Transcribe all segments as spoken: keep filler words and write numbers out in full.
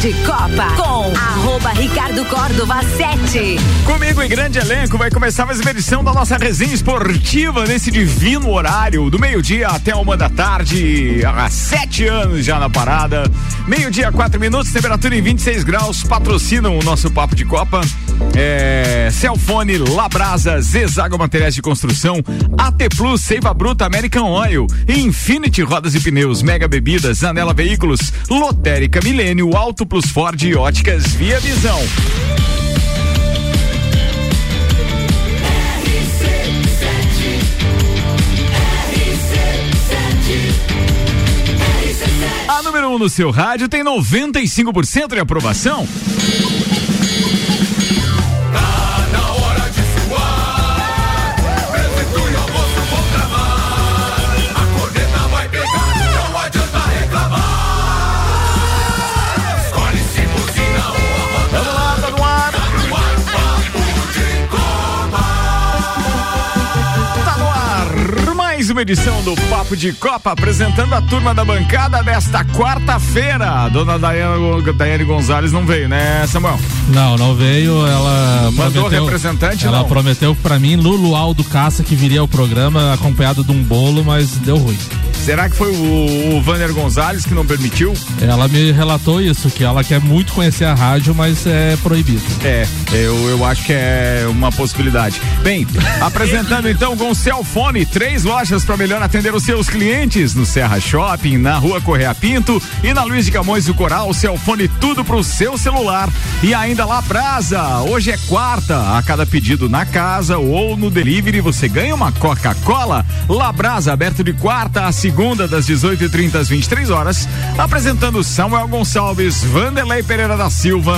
de Copa com arroba Ricardo Córdova sete. Comigo em grande elenco vai começar mais uma edição da nossa resenha esportiva nesse divino horário do meio-dia até uma da tarde, há sete anos já na parada. Meio-dia, quatro minutos, temperatura em vinte e seis graus, patrocinam o nosso Papo de Copa. É, Celfone, Labrasa, Zezago Materiais de Construção, A T Plus, Seiva Bruta, American Oil, Infinity Rodas e Pneus, Mega Bebidas, Anela Veículos, Lotérica Milênio, Auto Plus Ford e Óticas Via Visão. A número um no seu rádio tem noventa e cinco por cento de aprovação. Uma edição do Papo de Copa, apresentando a turma da bancada desta quarta-feira. A dona Daiane, Daiane Gonzalez não veio, né, Samuel? Não, não veio. Ela mandou prometeu, representante, ela não? Ela prometeu pra mim, Lulu Aldo Caça, que viria ao programa acompanhado de um bolo, mas deu ruim. Será que foi o, o Vander Gonzalez que não permitiu? Ela me relatou isso, que ela quer muito conhecer a rádio, mas é proibido. É, eu, eu acho que é uma possibilidade. Bem, apresentando então com o Celfone, três lojas para melhor atender os seus clientes: no Serra Shopping, na Rua Correia Pinto e na Luiz de Camões do Coral. Celfone, tudo pro seu celular. E ainda Labrasa, hoje é quarta, a cada pedido na casa ou no delivery você ganha uma Coca-Cola. Labrasa, aberto de quarta a segunda, das dezoito e trinta às vinte e três horas, apresentando Samuel Gonçalves, Vanderlei Pereira da Silva,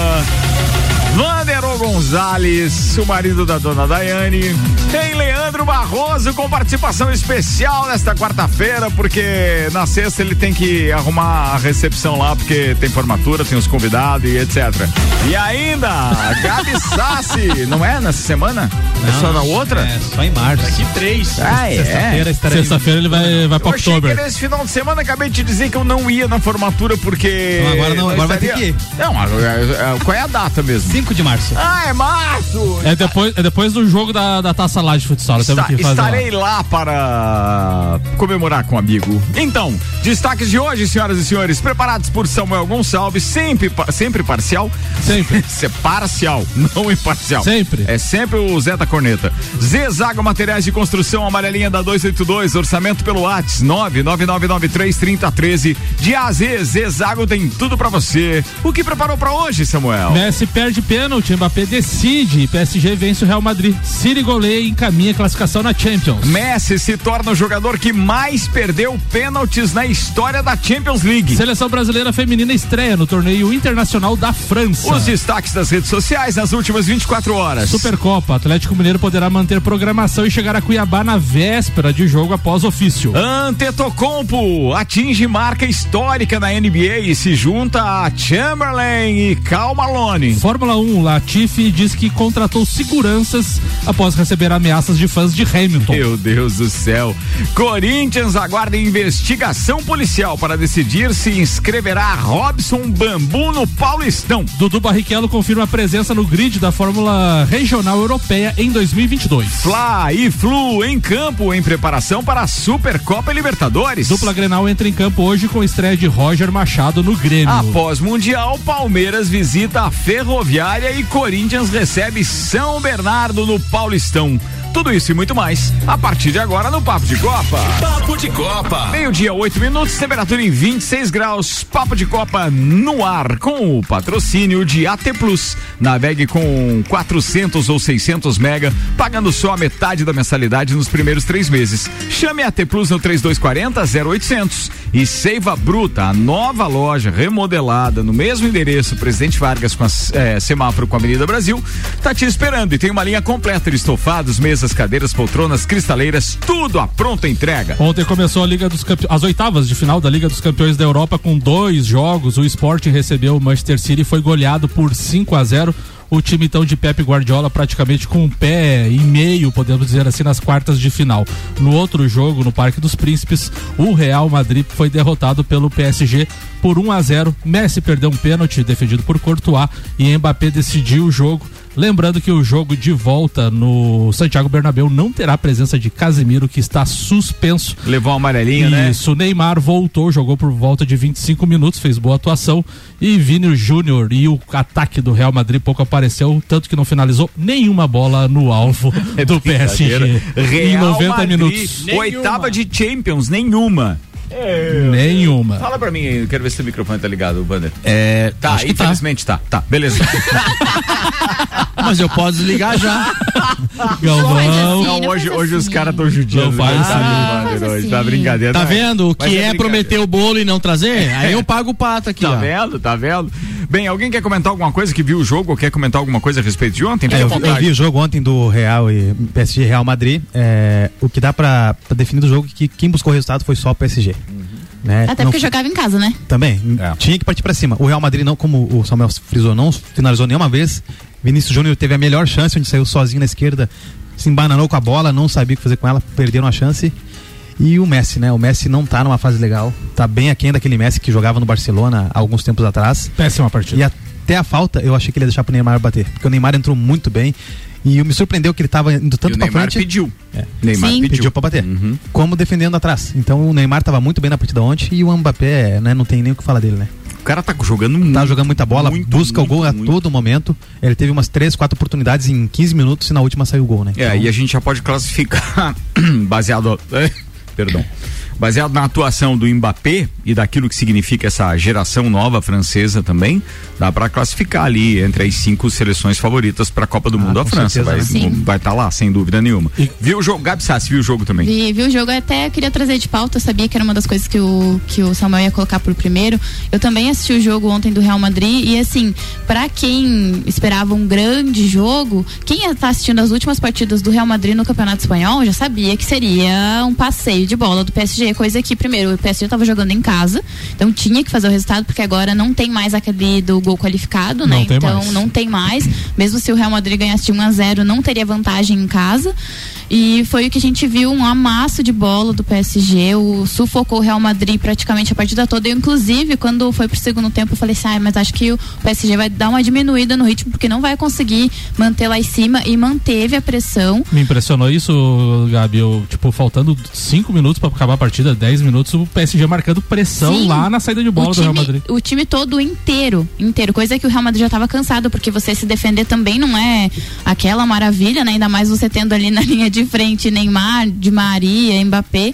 Vanderô Gonzalez, o marido da dona Daiane. Tem Leandro Barroso com participação especial nesta quarta-feira, porque na sexta ele tem que arrumar a recepção lá, porque tem formatura, tem os convidados e etcétera. E ainda, Gabi Sassi, não é nessa semana? Não, é só na outra? É, só em março. Daqui três. Ah, é? Sexta-feira estarei. Sexta-feira ele vai, vai pra outubro. Nesse final de semana acabei de te dizer que eu não ia na formatura, porque... Então agora não, agora estaria... vai ter que ir. Não, qual é a data mesmo? cinco de março. Ah, é março! É depois, é depois do jogo da, da Taça lá de futsal. Está, que fazer estarei lá. lá para comemorar com um amigo. Então, destaques de hoje, senhoras e senhores, preparados por Samuel Gonçalves, sempre, sempre parcial. Sempre. É parcial, não imparcial. Sempre. É sempre o Zé da Corneta. Zezago Materiais de Construção, amarelinha da duzentos e oitenta e dois, orçamento pelo WhatsApp nove nove nove nove três três zero um três. De A a Z, Zezago tem tudo pra você. O que preparou pra hoje, Samuel? Messi perde pênalti, Mbappé decide, P S G vence o Real Madrid, City goleia e encaminha a classificação na Champions. Messi se torna o jogador que mais perdeu pênaltis na história da Champions League. Seleção brasileira feminina estreia no torneio internacional da França. Os destaques das redes sociais nas últimas vinte e quatro horas. Supercopa, Atlético Mineiro poderá manter programação e chegar a Cuiabá na véspera de jogo após ofício. Antetokounmpo atinge marca histórica na N B A e se junta a Chamberlain e Karl Malone. Fórmula um, Latifi diz que contratou seguranças após receber ameaças de fãs de Hamilton. Meu Deus do céu. Corinthians aguarda investigação policial para decidir se inscreverá Robson Bambu no Paulistão. Dudu Barrichello confirma a presença no grid da Fórmula Regional Europeia em dois mil e vinte e dois. Fla e Flu em campo em preparação para a Supercopa Libertadores. Dupla Grenal entra em campo hoje com estreia de Roger Machado no Grêmio. Após Mundial, Palmeiras visita a Ferroviária e Corinthians recebe São Bernardo no Paulistão. Tudo isso e muito mais a partir de agora no Papo de Copa. Papo de Copa. Meio-dia, oito minutos, temperatura em vinte e seis graus. Papo de Copa no ar com o patrocínio de A T Plus. Navegue com quatrocentos ou seiscentos mega, pagando só a metade da mensalidade nos primeiros três meses. Chame a AT Plus no três dois quatro zero zero oitocentos. E Seiva Bruta, a nova loja remodelada no mesmo endereço, Presidente Vargas com a, é, semáforo com a Avenida Brasil, tá te esperando e tem uma linha completa de estofados, mesas, cadeiras, poltronas, cristaleiras, tudo à pronta entrega. Ontem começou a Liga dos Campeões, as oitavas de final da Liga dos Campeões da Europa com dois jogos. O Sport recebeu o Manchester City e foi goleado por cinco a zero. o time então de Pep Guardiola praticamente com um pé e meio, podemos dizer assim, nas quartas de final. No outro jogo, no Parque dos Príncipes, o Real Madrid foi derrotado pelo P S G por um a zero. Messi perdeu um pênalti defendido por Courtois e Mbappé decidiu o jogo. Lembrando que o jogo de volta no Santiago Bernabéu não terá presença de Casemiro, que está suspenso. Levou um amarelinho, né? Isso, o Neymar voltou, jogou por volta de vinte e cinco minutos, fez boa atuação. E Vini Júnior e o ataque do Real Madrid pouco apareceu, tanto que não finalizou nenhuma bola no alvo é do P S G. Real em noventa Madrid, minutos. Oitava de Champions, nenhuma. É, Nenhuma. Fala pra mim aí, quero ver se o microfone tá ligado, Wander. É, tá, infelizmente tá. tá. Tá, beleza. Mas eu posso desligar já. Galvão. Não, não, hoje, assim. hoje os caras tão judiando. Não faz assim. Ah, Wander, hoje, tá brincadeira. Tá tá vendo? O que é, é prometer o bolo e não trazer? Aí eu pago o pato aqui, Tá ó. vendo? Tá vendo? Bem, alguém quer comentar alguma coisa que viu o jogo ou quer comentar alguma coisa a respeito de ontem? É, eu, vi, eu vi o jogo ontem do Real e P S G Real Madrid. É, o que dá pra, pra definir do jogo é que quem buscou o resultado foi só o P S G. Uhum. Né? Até não porque jogava em casa, né? Também, é. Tinha que partir pra cima. O Real Madrid não, como o Samuel frisou, não finalizou nenhuma vez. Vinícius Júnior teve a melhor chance, onde saiu sozinho na esquerda, se embananou com a bola, não sabia o que fazer com ela, perderam a chance. E o Messi, né? O Messi não tá numa fase legal, tá bem aquém daquele Messi que jogava no Barcelona há alguns tempos atrás. Péssima partida. E até a falta, eu achei que ele ia deixar pro Neymar bater, porque o Neymar entrou muito bem. E me surpreendeu que ele estava indo tanto para frente. Pediu. É. Neymar Sim. pediu. Pediu para bater. Uhum. Como defendendo atrás. Então o Neymar estava muito bem na partida ontem e o Mbappé, né, não tem nem o que falar dele, né? O cara tá jogando muito. Tá jogando muita bola, muito, busca muito, o gol muito. a todo momento. Ele teve umas três, quatro oportunidades em quinze minutos e na última saiu o gol, né? É, então... e a gente já pode classificar baseado. Perdão. Baseado na atuação do Mbappé e daquilo que significa essa geração nova francesa também, dá para classificar ali entre as cinco seleções favoritas para a Copa do ah, Mundo. A França certeza, vai estar vai tá lá, sem dúvida nenhuma. E... Viu o jogo? Gabi Sassi, viu o jogo também? Vi, vi o jogo, até queria trazer de pauta, eu sabia que era uma das coisas que o, que o Samuel ia colocar por primeiro. Eu também assisti o jogo ontem do Real Madrid e assim, para quem esperava um grande jogo, quem está assistindo as últimas partidas do Real Madrid no Campeonato Espanhol já sabia que seria um passeio de bola do P S G. Coisa que, primeiro, o P S G estava jogando em casa, então tinha que fazer o resultado, porque agora não tem mais aquele do gol qualificado, né? Não então mais. não tem mais. Mesmo se o Real Madrid ganhasse de um a zero, não teria vantagem em casa. E foi o que a gente viu, um amasso de bola do P S G, o sufocou o Real Madrid praticamente a partida toda. Eu, inclusive, quando foi pro segundo tempo, eu falei assim, ah, mas acho que o P S G vai dar uma diminuída no ritmo, porque não vai conseguir manter lá em cima, e manteve a pressão. Me impressionou isso, Gabi, eu, tipo, faltando cinco minutos para acabar a partida, dez minutos, o P S G marcando pressão. Sim, lá na saída de bola time, do Real Madrid. O time todo inteiro, inteiro, coisa que o Real Madrid já estava cansado, porque você se defender também não é aquela maravilha, né? Ainda mais você tendo ali na linha de frente Neymar, Di Maria, Mbappé,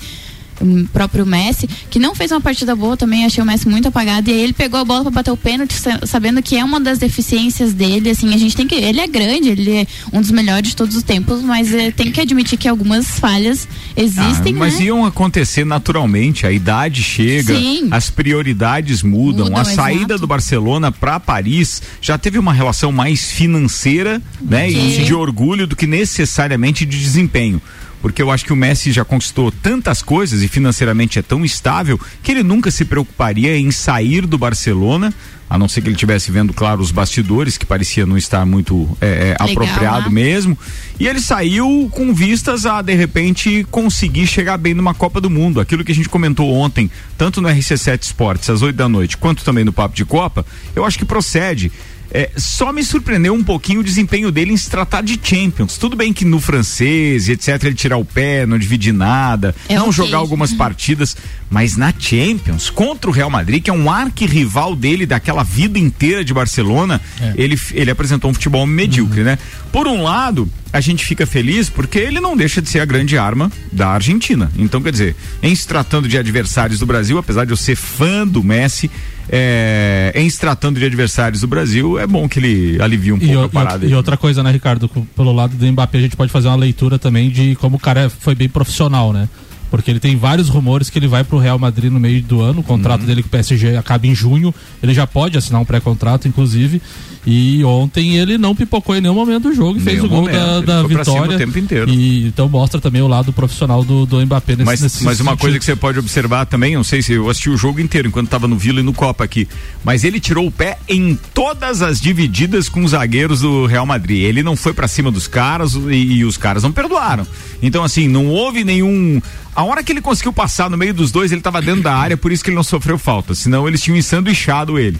o próprio Messi, que não fez uma partida boa também, achei o Messi muito apagado, e aí ele pegou a bola para bater o pênalti, sabendo que é uma das deficiências dele, assim, a gente tem que, ele é grande, ele é um dos melhores de todos os tempos, mas é, tem que admitir que algumas falhas existem, ah, mas né? iam acontecer naturalmente, a idade chega, Sim. as prioridades mudam, mudam a saída exato. do Barcelona para Paris já teve uma relação mais financeira, né, e de orgulho do que necessariamente de desempenho. Porque eu acho que o Messi já conquistou tantas coisas e financeiramente é tão estável que ele nunca se preocuparia em sair do Barcelona, a não ser que ele estivesse vendo, claro, os bastidores, que parecia não estar muito é, é, apropriado, né? Mesmo. E ele saiu com vistas a, de repente, conseguir chegar bem numa Copa do Mundo. Aquilo que a gente comentou ontem, tanto no R C sete Esportes, às oito da noite, quanto também no Papo de Copa, eu acho que procede. É, só me surpreendeu um pouquinho o desempenho dele em se tratar de Champions. Tudo bem que no francês, etcétera, ele tirar o pé, não dividir nada, é não okay. jogar algumas partidas, mas na Champions, contra o Real Madrid, que é um arquirrival dele daquela vida inteira de Barcelona, é. ele, ele apresentou um futebol medíocre, uhum. né? Por um lado, a gente fica feliz porque ele não deixa de ser a grande arma da Argentina. Então, quer dizer, em se tratando de adversários do Brasil, apesar de eu ser fã do Messi, É, em se tratando de adversários do Brasil, é bom que ele alivie um e pouco o, a parada. E, e outra coisa, né, Ricardo, pelo lado do Mbappé a gente pode fazer uma leitura também de como o cara foi bem profissional, né? porque ele tem vários rumores que ele vai pro Real Madrid no meio do ano, o contrato uhum. dele com o P S G acaba em junho, ele já pode assinar um pré-contrato, inclusive, e ontem ele não pipocou em nenhum momento do jogo e fez o gol momento. da, da vitória. O tempo inteiro. E então mostra também o lado profissional do, do Mbappé nesse, mas, nesse mas uma sentido. coisa que você pode observar também, não sei se eu assisti o jogo inteiro enquanto estava no Vila e no Copa aqui, mas ele tirou o pé em todas as divididas com os zagueiros do Real Madrid. Ele não foi pra cima dos caras e, e os caras não perdoaram. Então assim, não houve nenhum... A hora que ele conseguiu passar no meio dos dois, ele estava dentro da área, por isso que ele não sofreu falta, senão eles tinham ensanduichado ele.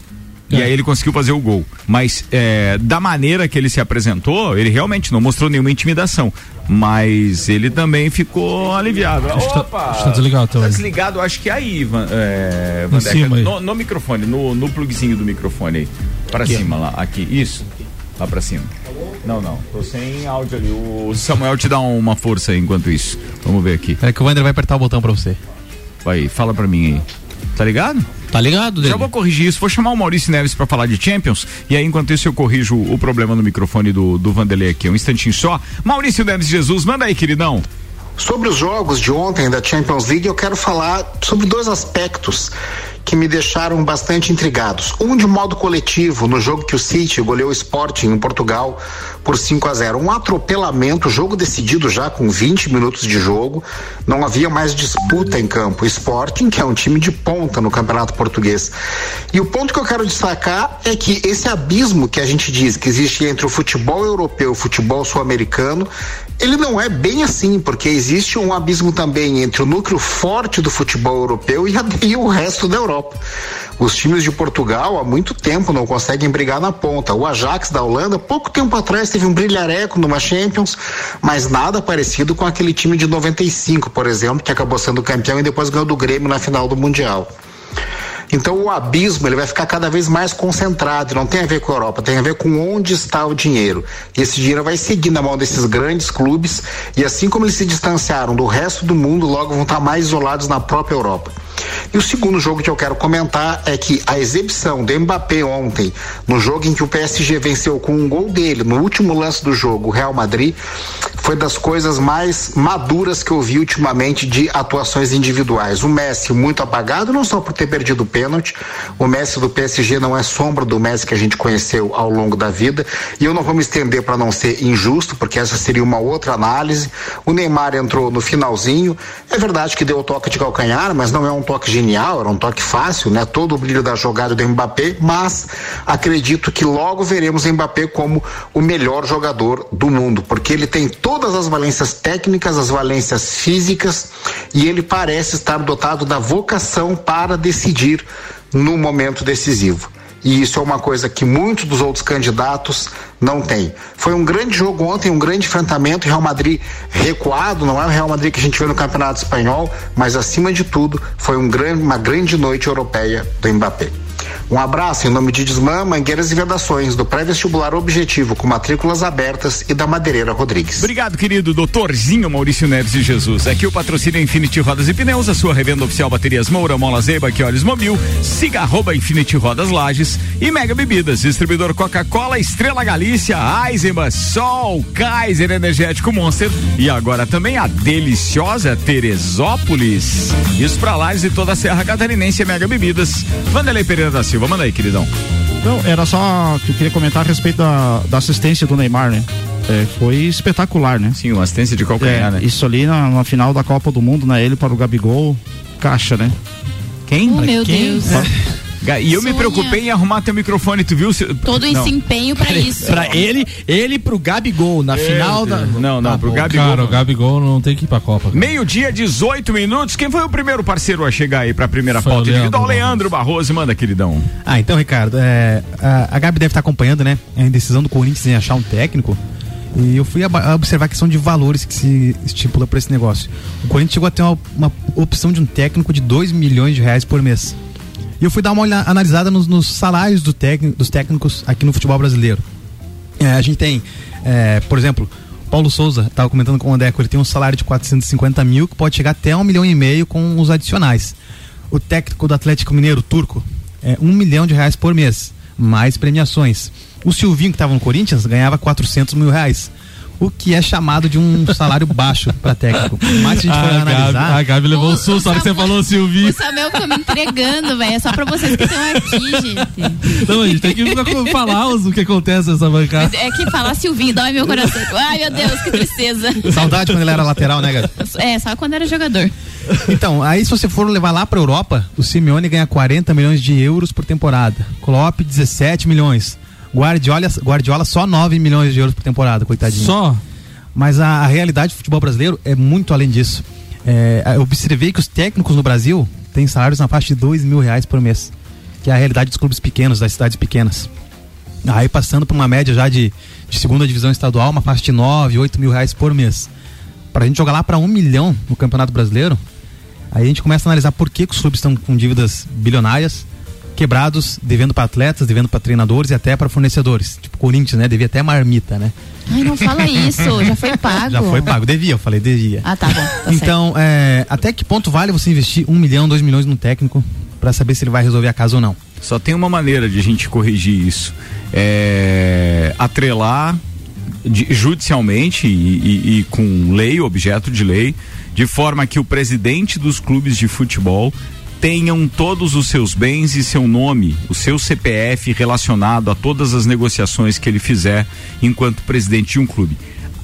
É. E aí ele conseguiu fazer o gol. Mas é, da maneira que ele se apresentou, ele realmente não mostrou nenhuma intimidação. Mas ele também ficou aliviado. Opa! Está desligado, tá desligado, acho que aí, Van, é, Vandeca, no, no microfone, no, no plugzinho do microfone aí. Para aqui. Cima lá, aqui. Isso. Lá pra cima. Não, não. Tô sem áudio ali. O Samuel te dá uma força aí enquanto isso. Vamos ver aqui. É que o Wander vai apertar o botão pra você. Vai, fala pra mim aí. Tá ligado? Tá ligado, dele. Já vou corrigir isso, vou chamar o Maurício Neves pra falar de Champions, e aí enquanto isso eu corrijo o problema no microfone do, do Vanderlei aqui, um instantinho só. Maurício Neves Jesus, manda aí, queridão. Sobre os jogos de ontem da Champions League, eu quero falar sobre dois aspectos que me deixaram bastante intrigados. Um de modo coletivo, no jogo que o City goleou o Sporting em Portugal por cinco a zero. Um atropelamento, jogo decidido já com vinte minutos de jogo, não havia mais disputa em campo. O Sporting, que é um time de ponta no Campeonato Português. E o ponto que eu quero destacar é que esse abismo que a gente diz que existe entre o futebol europeu e o futebol sul-americano, ele não é bem assim, porque existe um abismo também entre o núcleo forte do futebol europeu e, a, e o resto da Europa. Os times de Portugal há muito tempo não conseguem brigar na ponta. O Ajax da Holanda, pouco tempo atrás, teve um brilhareco numa Champions, mas nada parecido com aquele time de noventa e cinco, por exemplo, que acabou sendo campeão e depois ganhou do Grêmio na final do Mundial. Então o abismo ele vai ficar cada vez mais concentrado, não tem a ver com a Europa, tem a ver com onde está o dinheiro. E esse dinheiro vai seguir na mão desses grandes clubes, e assim como eles se distanciaram do resto do mundo, logo vão estar mais isolados na própria Europa. E o segundo jogo que eu quero comentar é que a exibição do Mbappé ontem, no jogo em que o P S G venceu com um gol dele, no último lance do jogo, o Real Madrid, foi das coisas mais maduras que eu vi ultimamente de atuações individuais. O Messi muito apagado, não só por ter perdido o pênalti, o Messi do P S G não é sombra do Messi que a gente conheceu ao longo da vida, e eu não vou me estender para não ser injusto, porque essa seria uma outra análise. O Neymar entrou no finalzinho, é verdade que deu o toque de calcanhar, mas não é um toque genial, era um toque fácil, né? Todo o brilho da jogada do Mbappé, mas acredito que logo veremos Mbappé como o melhor jogador do mundo, porque ele tem todas as valências técnicas, as valências físicas, e ele parece estar dotado da vocação para decidir no momento decisivo. E isso é uma coisa que muitos dos outros candidatos não têm. Foi um grande jogo ontem, um grande enfrentamento. Real Madrid recuado, não é o Real Madrid que a gente vê no Campeonato Espanhol, mas acima de tudo foi um grande, uma grande noite europeia do Mbappé. Um abraço em nome de Desmã, Mangueiras e Vedações, do pré-vestibular Objetivo, com matrículas abertas, e da Madeireira Rodrigues. Obrigado, querido doutorzinho Maurício Neves de Jesus. Aqui o patrocínio é Infinity Rodas e Pneus, a sua revenda oficial Baterias Moura, Mola Zeiba, que olhos Mobil, siga arroba Infinity Rodas Lages e Mega Bebidas, distribuidor Coca-Cola, Estrela Galícia, Eisenbahn, Sol, Kaiser Energético Monster e agora também a deliciosa Teresópolis. Isso pra Lages e toda a Serra Catarinense é Mega Bebidas. Vanderlei Pereira da Silva, manda aí, queridão. Não, era só que eu queria comentar a respeito da, da assistência do Neymar, né? É, foi espetacular, né? Sim, uma assistência de calcanhar, é, né? Isso ali na, na final da Copa do Mundo, né? Ele para o Gabigol, caixa, né? Quem? Oh, meu Quem? Deus. É. E eu Sonha. me preocupei em arrumar teu microfone, tu viu? Todo esse empenho pra isso. Pra ele, ele pro Gabigol, na Meu final Deus. da... Não, não, tá pro bom. Gabigol. Cara, o Gabigol não tem que ir pra Copa. Meio-dia, dezoito minutos. Quem foi o primeiro parceiro a chegar aí pra primeira Foi pauta o individual? Leandro Leandro Barroso, manda, queridão. Ah, então, Ricardo, é, a, a Gabi deve estar acompanhando, né? A indecisão do Corinthians em achar um técnico. E eu fui a, a observar a questão de valores que se estipula para esse negócio. O Corinthians chegou a ter uma, uma opção de um técnico de dois milhões de reais por mês. E eu fui dar uma olhada, analisada nos, nos salários do técnico, dos técnicos aqui no futebol brasileiro. É, a gente tem, é, por exemplo, Paulo Souza, estava comentando com o Deco, ele tem um salário de quatrocentos e cinquenta mil que pode chegar até um milhão e meio com os adicionais. O técnico do Atlético Mineiro, Turco, é um milhão de reais por mês, mais premiações. O Silvinho, que estava no Corinthians, ganhava quatrocentos mil reais. o que é chamado de um salário baixo para técnico. Mas se a gente for a analisar... Gabi, a Gabi levou o, O- susto o na hora que você Samuel- falou Silvinho. O Samuel ficou me entregando, velho. É só pra vocês que estão aqui, gente. Não, a gente tem que ficar com- falar os- o que acontece nessa bancada. Mas é que falar Silvinho dói meu coração. Ai, meu Deus, que tristeza. Saudade quando ele era lateral, né, Gabi? É, só quando era jogador. Então, aí se você for levar lá pra Europa, o Simeone ganha quarenta milhões de euros por temporada. Klopp, dezessete milhões. Guardiola, Guardiola só nove milhões de euros por temporada, coitadinho. Só? Mas a, a realidade do futebol brasileiro é muito além disso. É, eu observei que os técnicos no Brasil têm salários na faixa de dois mil reais por mês, que é a realidade dos clubes pequenos, das cidades pequenas. Aí passando por uma média já de, de segunda divisão estadual, uma faixa de nove, oito mil reais por mês. Pra gente jogar lá para um milhão no Campeonato Brasileiro, aí a gente começa a analisar por que, que os clubes estão com dívidas bilionárias, quebrados, devendo para atletas, devendo para treinadores e até para fornecedores. Tipo Corinthians, né? Devia até marmita, né? Ai, não fala isso. Já foi pago. Já foi pago. Devia, eu falei, devia. Ah, tá bom. Tá Então, é, até que ponto vale você investir um milhão, dois milhões num técnico para saber se ele vai resolver a casa ou não? Só tem uma maneira de a gente corrigir isso. É atrelar de- judicialmente e, e- e com lei, objeto de lei, de forma que o presidente dos clubes de futebol tenham todos os seus bens e seu nome, o seu C P F relacionado a todas as negociações que ele fizer enquanto presidente de um clube.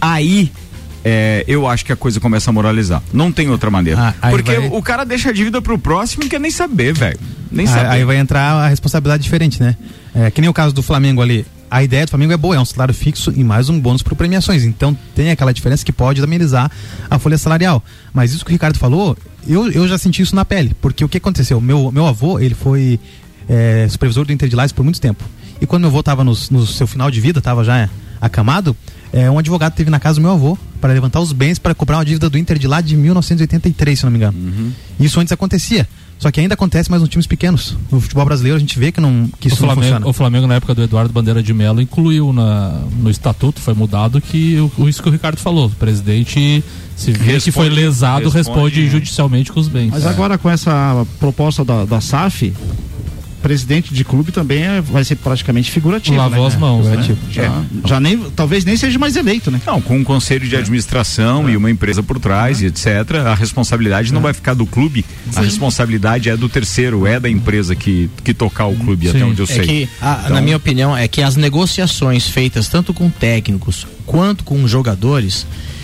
Aí é, eu acho que a coisa começa a moralizar. Não tem outra maneira. Ah, aí Porque vai- o cara deixa a dívida pro próximo e não quer nem saber, velho. Nem Aí, saber. aí vai entrar a responsabilidade diferente, né? É, que nem o caso do Flamengo ali. A ideia do Flamengo é boa, é um salário fixo e mais um bônus por premiações. Então tem aquela diferença que pode amenizar a folha salarial. Mas isso que o Ricardo falou, eu, eu já senti isso na pele. Porque o que aconteceu? Meu, meu avô, ele foi é, supervisor do Inter de Lages por muito tempo. E quando meu avô estava no, no seu final de vida, estava já acamado, é, um advogado teve na casa do meu avô para levantar os bens para cobrar uma dívida do Inter de lá de mil novecentos e oitenta e três, se não me engano. Uhum. Isso antes acontecia. Só que ainda acontece mais nos times pequenos. No futebol brasileiro a gente vê que, não, que O isso não Flamengo, funciona. o Flamengo, na época do Eduardo Bandeira de Mello, incluiu na, no estatuto, foi mudado, que o, isso que o Ricardo falou. O presidente, se vê que foi Responde- lesado, responde, responde, né? judicialmente com os bens. Mas agora com essa proposta da, da S A F, presidente de clube também é, vai ser praticamente figurativo. Lavou né? as mãos, né? Figurativo. Já, É. já nem, talvez nem seja mais eleito, né? Não, com um conselho de administração e uma empresa por trás e etcétera, a responsabilidade não vai ficar do clube, a responsabilidade é do terceiro, é da empresa que, que tocar o clube, Sim. até onde eu É sei. que, a- Então- na minha opinião, é que as negociações feitas tanto com técnicos quanto com jogadores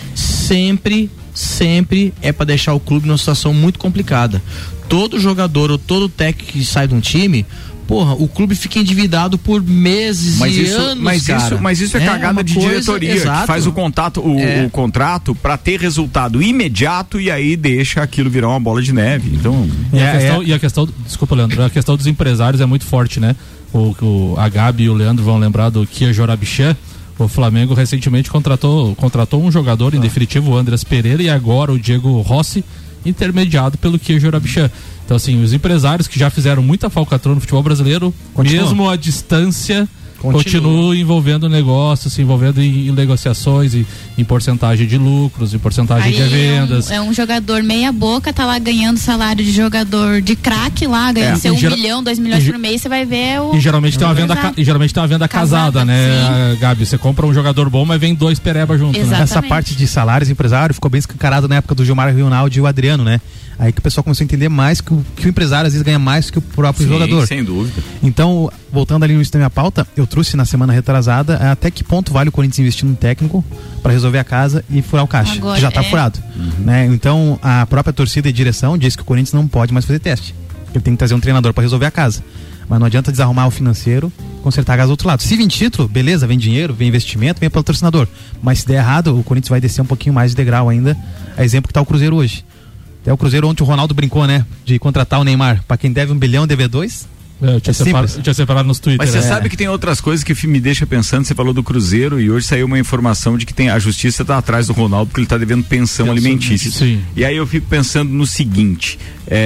sempre, sempre é para deixar o clube numa situação muito complicada. Todo jogador ou todo técnico que sai de um time, porra, o clube fica endividado por meses Mas e isso, anos, mas, cara. isso, mas isso é, cagada uma de coisa- diretoria, exato. que faz o, contato, o, É. o contrato para ter resultado imediato e aí deixa aquilo virar uma bola de neve. Então, E, a É, questão, é. e a questão, desculpa, Leandro, a questão dos empresários é muito forte, né? O, o, a Gabi e o Leandro vão lembrar do Kia Jorabichan. O Flamengo recentemente contratou, contratou um jogador, em definitivo, o Andreas Pereira, e agora o Diego Rossi, intermediado pelo Kia Jorabichan. Então, assim, os empresários que já fizeram muita falcatrua no futebol brasileiro, Continua. mesmo à distância, Continua. continuam envolvendo negócios, se envolvendo em, em negociações, em, em porcentagem de lucros, em porcentagem Aí de vendas. É um, é um jogador meia boca, tá lá ganhando salário de jogador de craque lá, ganhando É. seu E um gera- milhão, dois milhões e ge- por mês, você vai ver o. E geralmente tem uma venda, ca- Exato. e geralmente tem uma venda casada, Casada, né, Gabi? Você compra um jogador bom, mas vem dois pereba junto, Exato. né? Essa Exatamente. parte de salários empresário ficou bem escancarado na época do Gilmar Ronaldo e o Adriano, né? Aí que o pessoal começou a entender mais que o, que o empresário às vezes ganha mais que o próprio sim, jogador. sem dúvida. Então, voltando ali no início da minha pauta, eu trouxe na semana retrasada até que ponto vale o Corinthians investir num técnico para resolver a casa e furar o caixa, Agora, que já tá é. furado. Né? Então, a própria torcida e direção diz que o Corinthians não pode mais fazer teste. Ele tem que trazer um treinador para resolver a casa. Mas não adianta desarrumar o financeiro, consertar a casa do outro lado. Se vem título, beleza, vem dinheiro, vem investimento, vem patrocinador. Mas se der errado, o Corinthians vai descer um pouquinho mais de degrau ainda. É exemplo que tá o Cruzeiro hoje. Até o Cruzeiro ontem o Ronaldo brincou, né? De contratar o Neymar. Pra quem deve um bilhão, deve dois. É, eu, tinha É separado, simples. eu tinha separado nos Twitter. Mas você né? sabe que tem outras coisas que me deixa pensando, você falou do Cruzeiro e hoje saiu uma informação de que tem, a justiça está atrás do Ronaldo porque ele está devendo pensão alimentícia. Sim. E aí eu fico pensando no seguinte,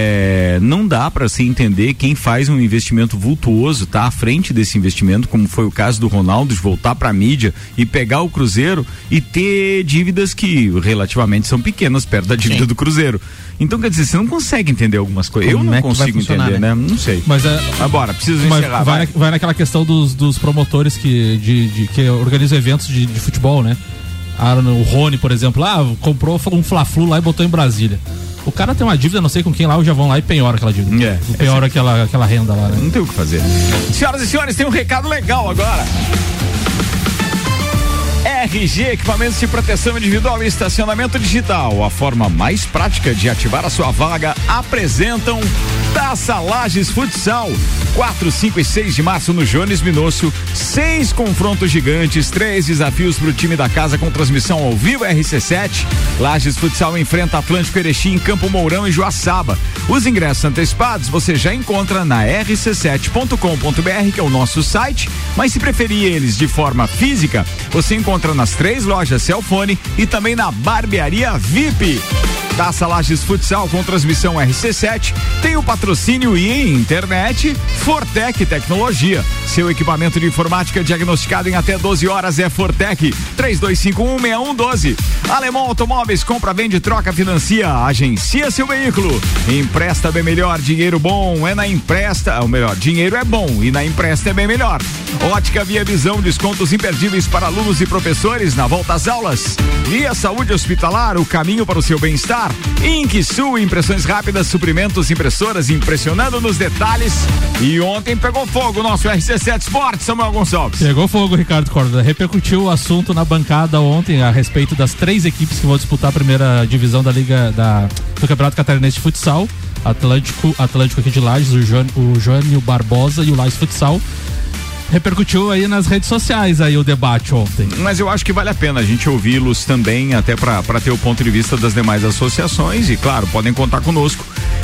é, não dá para se entender quem faz um investimento vultuoso, tá à frente desse investimento, como foi o caso do Ronaldo, de voltar para a mídia e pegar o Cruzeiro e ter dívidas que relativamente são pequenas perto da dívida Sim. do Cruzeiro. Então, quer dizer, você não consegue entender algumas coisas. Eu Como não é que vai consigo funcionar, entender, né? né? Não sei. Mas é, Mas bora, preciso Mas encerrar. vai, vai. na- vai naquela questão dos, dos promotores que, de, de- que organizam eventos de, de futebol, né? Ah, o Rony, por exemplo, ah, comprou um Fla-Flu lá e botou em Brasília. O cara tem uma dívida, não sei com quem lá, já vão lá e penhora aquela dívida. É, penhora é aquela, aquela renda lá, né? Não tem o que fazer. Senhoras e senhores, tem um recado legal agora. R G Equipamentos de Proteção Individual e Estacionamento Digital, a forma mais prática de ativar a sua vaga, apresentam Taça Lages Futsal, quatro, cinco e seis de março no Jones Minócio, seis confrontos gigantes, três desafios para o time da casa com transmissão ao vivo R C sete. Lages Futsal enfrenta Atlântico Erechim em Campo Mourão e Joaçaba. Os ingressos antecipados você já encontra na r c sete ponto com ponto b r, que é o nosso site, mas se preferir eles de forma física, você encontra nas três lojas Celfone e também na Barbearia V I P. Taça Lages Futsal com transmissão R C sete tem o patrocínio e internet Fortec Tecnologia. Seu equipamento de informática diagnosticado em até doze horas é Fortec. três dois cinco um, seis um um dois. Alemão Automóveis, compra, vende, troca, financia, agencia seu veículo. Empresta bem melhor, dinheiro bom é na Empresta, ou melhor, dinheiro é bom e na Empresta é bem melhor. Ótica Via Visão, descontos imperdíveis para alunos e professores na volta às aulas. Via Saúde Hospitalar, o caminho para o seu bem-estar. Inquisul, impressões rápidas, suprimentos, impressoras, impressionando nos detalhes. E ontem pegou fogo o nosso R C sete Sports, Samuel Gonçalves. Pegou fogo, Ricardo Córdoba. Repercutiu o assunto na bancada ontem a respeito das três equipes que vão disputar a primeira divisão da Liga da, do Campeonato Catarinense de Futsal. Atlântico, Atlântico aqui de Lages, o, Jô, o Jânio Barbosa e o Lages Futsal. Repercutiu aí nas redes sociais aí o debate ontem. Mas eu acho que vale a pena a gente ouvi-los também, até para ter o ponto de vista das demais associações, e claro, podem contar conosco.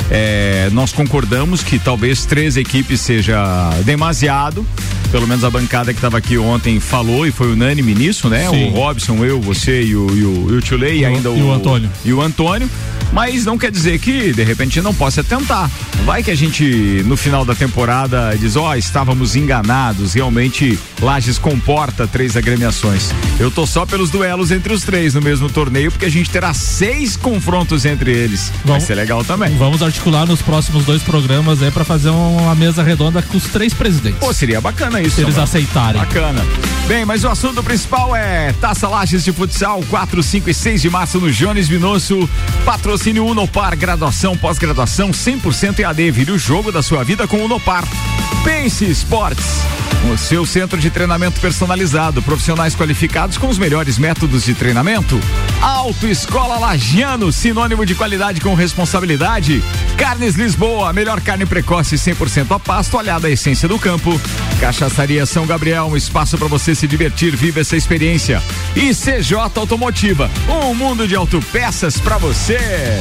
É, nós concordamos que talvez três equipes seja demasiado, pelo menos a bancada que estava aqui ontem falou e foi unânime nisso, né? Sim. O Robson, eu, você e o, e o, e o Tio Lei e ainda o, e o Antônio. E o Antônio. Mas não quer dizer que de repente não possa tentar. Vai que a gente no final da temporada diz, ó, oh, estávamos enganados, realmente Lages comporta três agremiações. Eu tô só pelos duelos entre os três no mesmo torneio, porque a gente terá seis confrontos entre eles. Vamos, vai ser legal também. Vamos articular nos próximos dois programas aí pra fazer uma mesa redonda com os três presidentes. Pô, seria bacana isso. Se eles mano. aceitarem. Bacana. Bem, mas o assunto principal é Taça Lages de Futsal, quatro, cinco e seis de março no Jones Minócio. Patrocínio Unopar, graduação, pós-graduação, cem por cento E A D. Vire o jogo da sua vida com o Unopar. Pense Sports, o seu centro de treinamento personalizado, profissionais qualificados com os melhores métodos de treinamento. Autoescola Lagiano, sinônimo de qualidade com responsabilidade. Carnes Lisboa, a melhor carne precoce cem por cento a pasto, olhada à essência do campo. Cachaçaria São Gabriel, um espaço para você se divertir, vive essa experiência. E C J Automotiva, um mundo de autopeças para você.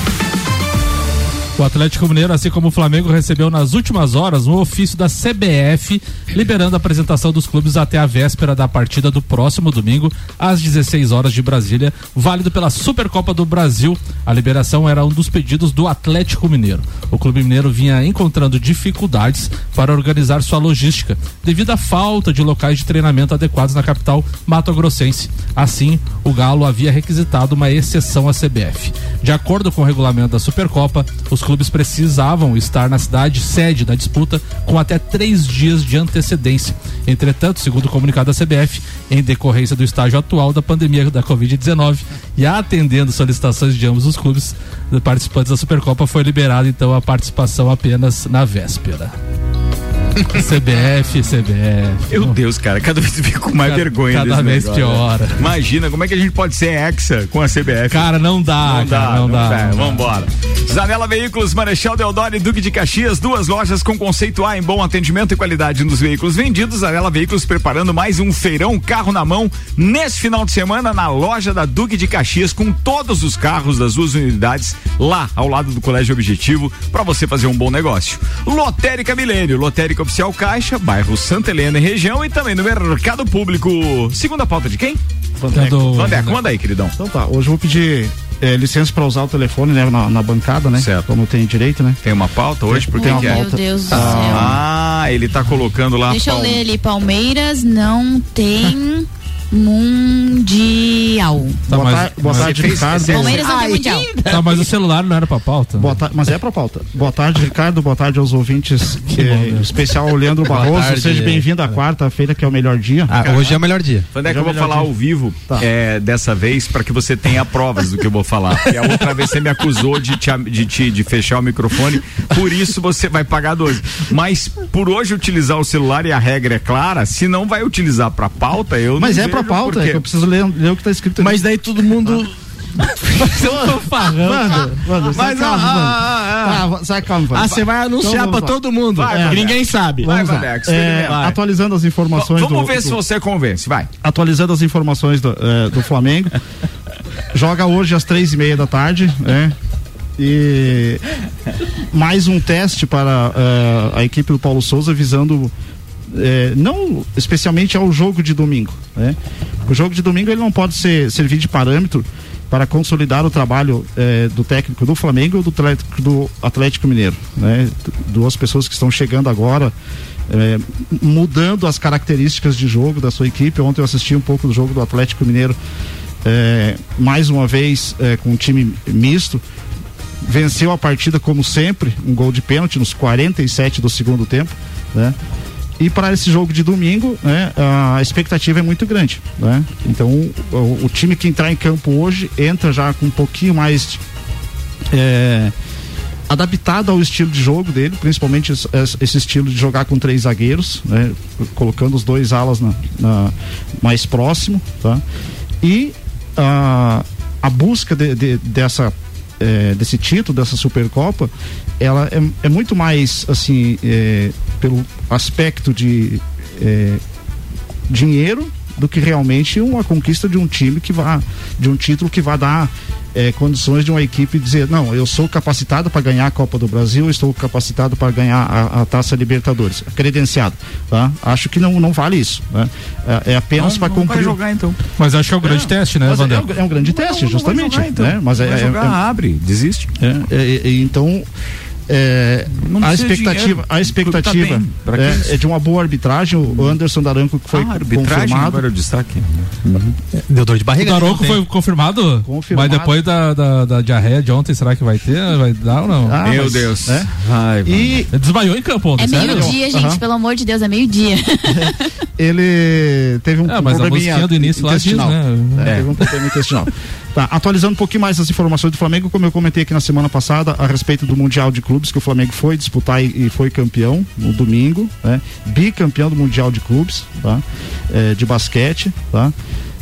O Atlético Mineiro, assim como o Flamengo, recebeu nas últimas horas um ofício da C B F liberando a apresentação dos clubes até a véspera da partida do próximo domingo, às dezesseis horas de Brasília, válido pela Supercopa do Brasil. A liberação era um dos pedidos do Atlético Mineiro. O clube mineiro vinha encontrando dificuldades para organizar sua logística, devido à falta de locais de treinamento adequados na capital mato-grossense. Assim, o Galo havia requisitado uma exceção à C B F. De acordo com o regulamento da Supercopa, os clubes precisavam estar na cidade sede da disputa com até três dias de antecedência. Entretanto, segundo o comunicado da C B F, em decorrência do estágio atual da pandemia da covid dezenove e atendendo solicitações de ambos os clubes participantes da Supercopa, foi liberada então a participação apenas na véspera. C B F, C B F. Meu Deus, cara, cada vez fico com mais cada, vergonha cada desse vez negócio, piora. Né? Imagina, como é que a gente pode ser hexa com a C B F? Cara, não dá, não cara, dá, não, não dá. dá. Não Vambora. Dá. Zanela Veículos, Marechal Deodoro e Duque de Caxias, duas lojas com conceito A em bom atendimento e qualidade nos veículos vendidos. Zanela Veículos preparando mais um feirão carro na mão nesse final de semana na loja da Duque de Caxias, com todos os carros das duas unidades lá ao lado do Colégio Objetivo, para você fazer um bom negócio. Lotérica Milênio, Lotérica Oficial Caixa, bairro Santa Helena e região, e também no Mercado Público. Segunda pauta de quem? Vandeco. Vandeco, manda aí, queridão. Então tá, hoje eu vou pedir é, licença para usar o telefone, né, na, na bancada, né? Certo. Como tem direito, né? Tem uma pauta hoje? Por que oh, que é? Meu Deus do céu. Ah, ele tá colocando lá. Deixa Palme... eu ler ali, Palmeiras não tem Mundial. Mundial. Tá, boa, mas- tar- boa mas tarde, fez- Ricardo. você- Palmeiras não tem Mundial. Tá, mas o celular não era pra pauta? Boa ta- mas é pra pauta. Boa tarde, Ricardo. Boa tarde aos ouvintes. Que eh, bom, né? especial ao Leandro Boa Barroso. tarde. Seja bem-vindo à quarta-feira, que é o melhor dia. Ah, hoje é o melhor dia. Quando é que eu Já vou melhor falar dia. ao vivo Tá. é, dessa vez para que você tenha provas do que eu vou falar? Porque a outra vez você me acusou de, te, de, te, de fechar o microfone, por isso você vai pagar doze. Mas por hoje utilizar o celular e a regra é clara, se não vai utilizar para pauta, eu Mas não é pra vejo pauta, por é quê. que eu preciso ler, ler o que tá escrito ali. Mas daí todo mundo. Manda, manda, sai Mas, calma, ah, manda. ah, ah, Tá, sai calma, Ah, manda. você vai anunciar Então, pra vamos lá. todo mundo. Vai, É, vai, ninguém vai. sabe. Vai, Vamos lá. Vadex, É, vai. atualizando as informações Vamos do, ver do- se você convence, vai. atualizando as informações do, eh, do Flamengo. Joga hoje às três e meia da tarde, né? E mais um teste para eh, a equipe do Paulo Souza visando eh, não especialmente ao jogo de domingo, né? O jogo de domingo ele não pode ser servir de parâmetro para consolidar o trabalho eh, do técnico do Flamengo ou do técnico do Atlético Mineiro, né? Duas pessoas que estão chegando agora, eh, mudando as características de jogo da sua equipe. Ontem eu assisti um pouco do jogo do Atlético Mineiro, eh, mais uma vez eh, com um time misto. Venceu a partida como sempre, um gol de pênalti nos quarenta e sete do segundo tempo, né? E para esse jogo de domingo, né, a expectativa é muito grande, né? Então o, o time que entrar em campo hoje entra já com um pouquinho mais é, adaptado ao estilo de jogo dele, principalmente esse, esse estilo de jogar com três zagueiros, né? Colocando os dois alas na, na, mais próximo, tá? E a, a busca de, de, dessa É, desse título, dessa Supercopa, ela é, é muito mais assim, é, pelo aspecto de é, dinheiro do que realmente uma conquista de um time que vá, de um título que vai dar é, condições de uma equipe dizer, não, eu sou capacitado para ganhar a Copa do Brasil, eu estou capacitado para ganhar a, a Taça Libertadores, credenciado, tá? Acho que não, não vale isso, né? É, é apenas para cumprir. Vai jogar então. Mas acho que é o grande É, teste, né, mas é, Vandel? um- é um grande teste, Não, não vai justamente, jogar, então. né? Mas é, Vai é- jogar, é- abre, desiste. é, é, é, então é, Não a precisa de expectativa, dinheiro. a expectativa Tá bem. Pra que é, isso? é de uma boa arbitragem. O Anderson Daronco que foi Ah, arbitragem confirmado. agora o destaque. Deu dor de O barriga. Daronco foi confirmado? Confirmado. Mas depois da, da, da diarreia de ontem, será que vai ter? Vai dar ou não? Ah, Meu mas, Deus. é. Ai, E Ele desmaiou em campo ontem, É sério? meio-dia, gente, Aham. pelo amor de Deus, é meio-dia. ele teve um É, mas a probleminha musiquinha do início lá diz, intestinal. né? É, Teve um problema intestinal. Tá, atualizando um pouquinho mais as informações do Flamengo, como eu comentei aqui na semana passada, a respeito do Mundial de Clubes, que o Flamengo foi disputar e, e foi campeão no domingo, né? Bicampeão do Mundial de Clubes, tá? É, de basquete, tá?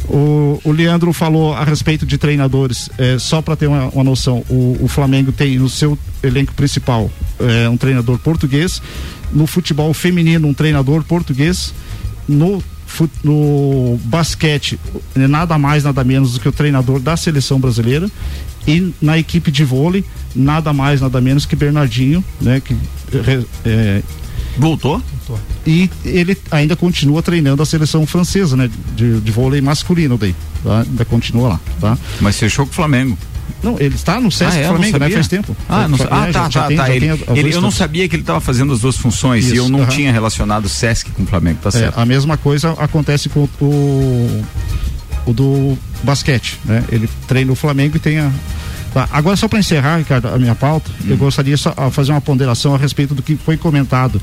O, o Leandro falou a respeito de treinadores, é, só para ter uma, uma noção, o, o Flamengo tem no seu elenco principal é, um treinador português, no futebol feminino um treinador português, no, fu- no basquete nada mais, nada menos do que o treinador da seleção brasileira, e na equipe de vôlei nada mais, nada menos que Bernardinho, né, que é, é, Voltou? e ele ainda continua treinando a seleção francesa, né? De, de vôlei masculino daí, tá? Ainda continua lá, tá? Mas fechou com o Flamengo. Não, ele está no Sesc Ah, é? Eu Flamengo, não né? sabia. Faz tempo. Ah, não, Fa- sa- ah é, já- tá, já tá, tem- tá. já Ele, tem as duas ele- eu não tantas. sabia que ele estava fazendo as duas funções e Isso, eu não aham. tinha relacionado o Sesc com o Flamengo, tá É, certo? a mesma coisa acontece com o, o do basquete, né? Ele treina o Flamengo e tem a. Tá, agora, só para encerrar, Ricardo, a minha pauta, eu gostaria só a fazer uma ponderação a respeito do que foi comentado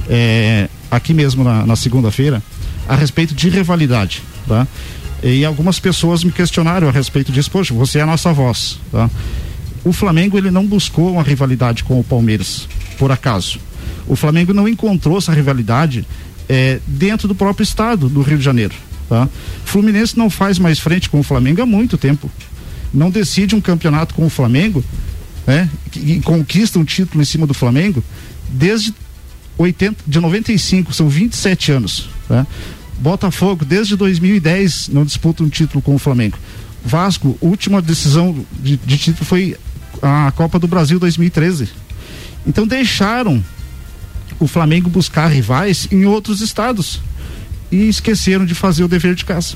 é, aqui mesmo na, na segunda-feira, a respeito de rivalidade, tá? E algumas pessoas me questionaram a respeito disso. Poxa, você é a nossa voz, tá? O Flamengo, ele não buscou uma rivalidade com o Palmeiras, por acaso. O Flamengo não encontrou essa rivalidade é, dentro do próprio estado do Rio de Janeiro, tá? Fluminense não faz mais frente com o Flamengo há muito tempo. Não decide um campeonato com o Flamengo, né? E, e conquista um título em cima do Flamengo desde oitenta, de noventa e cinco, são vinte e sete anos, tá? Botafogo desde dois mil e dez não disputa um título com o Flamengo. Vasco, última decisão de, de título foi a Copa do Brasil dois mil e treze. Então deixaram o Flamengo buscar rivais em outros estados e esqueceram de fazer o dever de casa.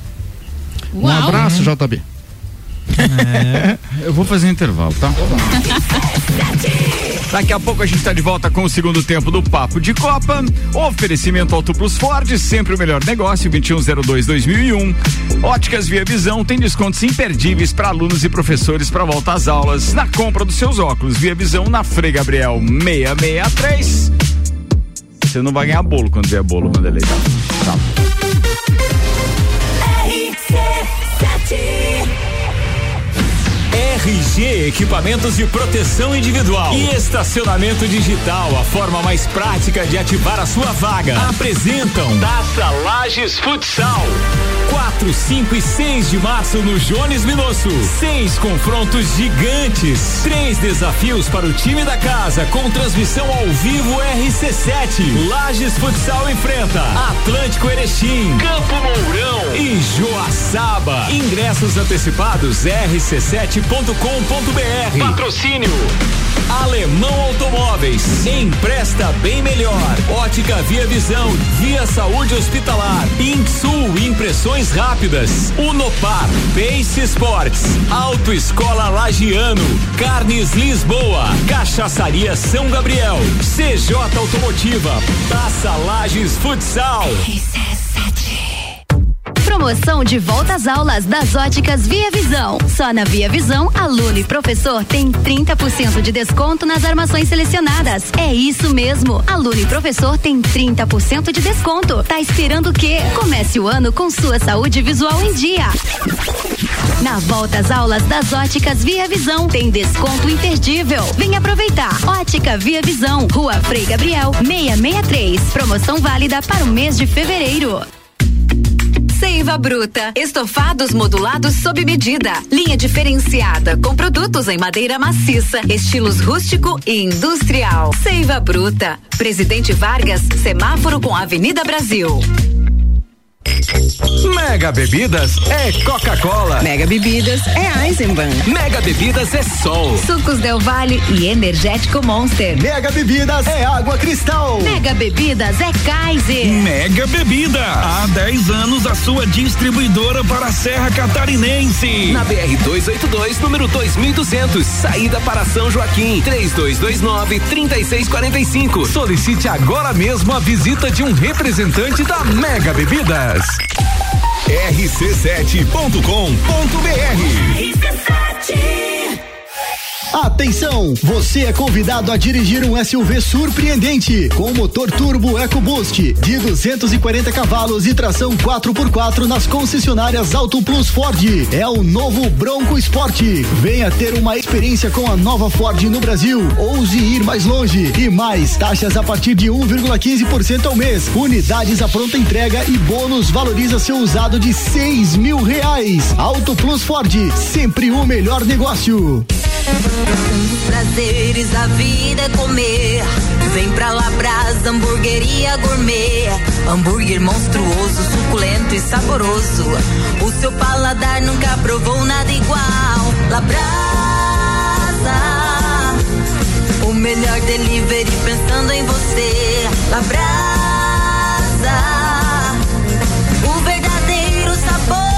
Um Uau. abraço, J B. Eu vou fazer um intervalo, tá? Daqui a pouco a gente tá de volta com o segundo tempo do Papo de Copa. Oferecimento Auto Plus Ford, sempre o melhor negócio, vinte e um zero dois dois mil e um. Óticas Via Visão tem descontos imperdíveis para alunos e professores para volta às aulas na compra dos seus óculos. Via Visão na Frei Gabriel seiscentos e sessenta e três. Você não vai ganhar bolo quando vier bolo, Vanderlei. Tá? Tá. R G Equipamentos de Proteção Individual e Estacionamento Digital, a forma mais prática de ativar a sua vaga. Apresentam Taça Lages Futsal. quatro, cinco e seis de março no Jones Minosso. Seis confrontos gigantes. Três desafios para o time da casa com transmissão ao vivo R C sete. Lages Futsal enfrenta Atlântico Erechim, Campo Mourão e Joaçaba. Ingressos antecipados R C sete ponto com ponto b r. Patrocínio Alemão Automóveis. Empresta bem melhor. Ótica Via Visão, Via Saúde Hospitalar, Insul Impressões Rápidas, Unopar, Pace Sports, Autoescola Lagiano, Carnes Lisboa, Cachaçaria São Gabriel, C J Automotiva, Taça Lages Futsal. Promoção de volta às aulas das Óticas Via Visão. Só na Via Visão, aluno e professor tem trinta por cento de desconto nas armações selecionadas. É isso mesmo. Aluno e professor tem trinta por cento de desconto. Tá esperando o quê? Comece o ano com sua saúde visual em dia. Na volta às aulas das Óticas Via Visão, tem desconto imperdível. Vem aproveitar. Ótica Via Visão, Rua Frei Gabriel, seiscentos e sessenta e três. Promoção válida para o mês de fevereiro. Seiva Bruta, estofados modulados sob medida, linha diferenciada com produtos em madeira maciça, estilos rústico e industrial. Seiva Bruta, Presidente Vargas, semáforo com Avenida Brasil. Mega Bebidas é Coca-Cola. Mega Bebidas é Eisenbahn. Mega Bebidas é Sol. Sucos Del Valle e Energético Monster. Mega Bebidas é Água Cristal. Mega Bebidas é Kaiser. Mega Bebidas, há dez anos a sua distribuidora para a Serra Catarinense. Na B R duzentos e oitenta e dois, número dois mil e duzentos, saída para São Joaquim, três dois dois nove, três seis quatro cinco. Solicite agora mesmo a visita de um representante da Mega Bebidas. R C sete ponto com ponto b r. Atenção, você é convidado a dirigir um S U V surpreendente com motor turbo EcoBoost de duzentos e quarenta cavalos e tração quatro por quatro nas concessionárias Auto Plus Ford. É o novo Bronco Sport. Venha ter uma experiência com a nova Ford no Brasil. Ouse ir mais longe e mais taxas a partir de um vírgula quinze por cento ao mês. Unidades à pronta entrega e bônus valoriza seu usado de seis mil reais. Auto Plus Ford, sempre o melhor negócio. Um dos prazeres da vida é comer. Vem pra Labrasa, hamburgueria gourmet. Hambúrguer monstruoso, suculento e saboroso. O seu paladar nunca provou nada igual. Labrasa, o melhor delivery pensando em você. Labrasa, o verdadeiro sabor.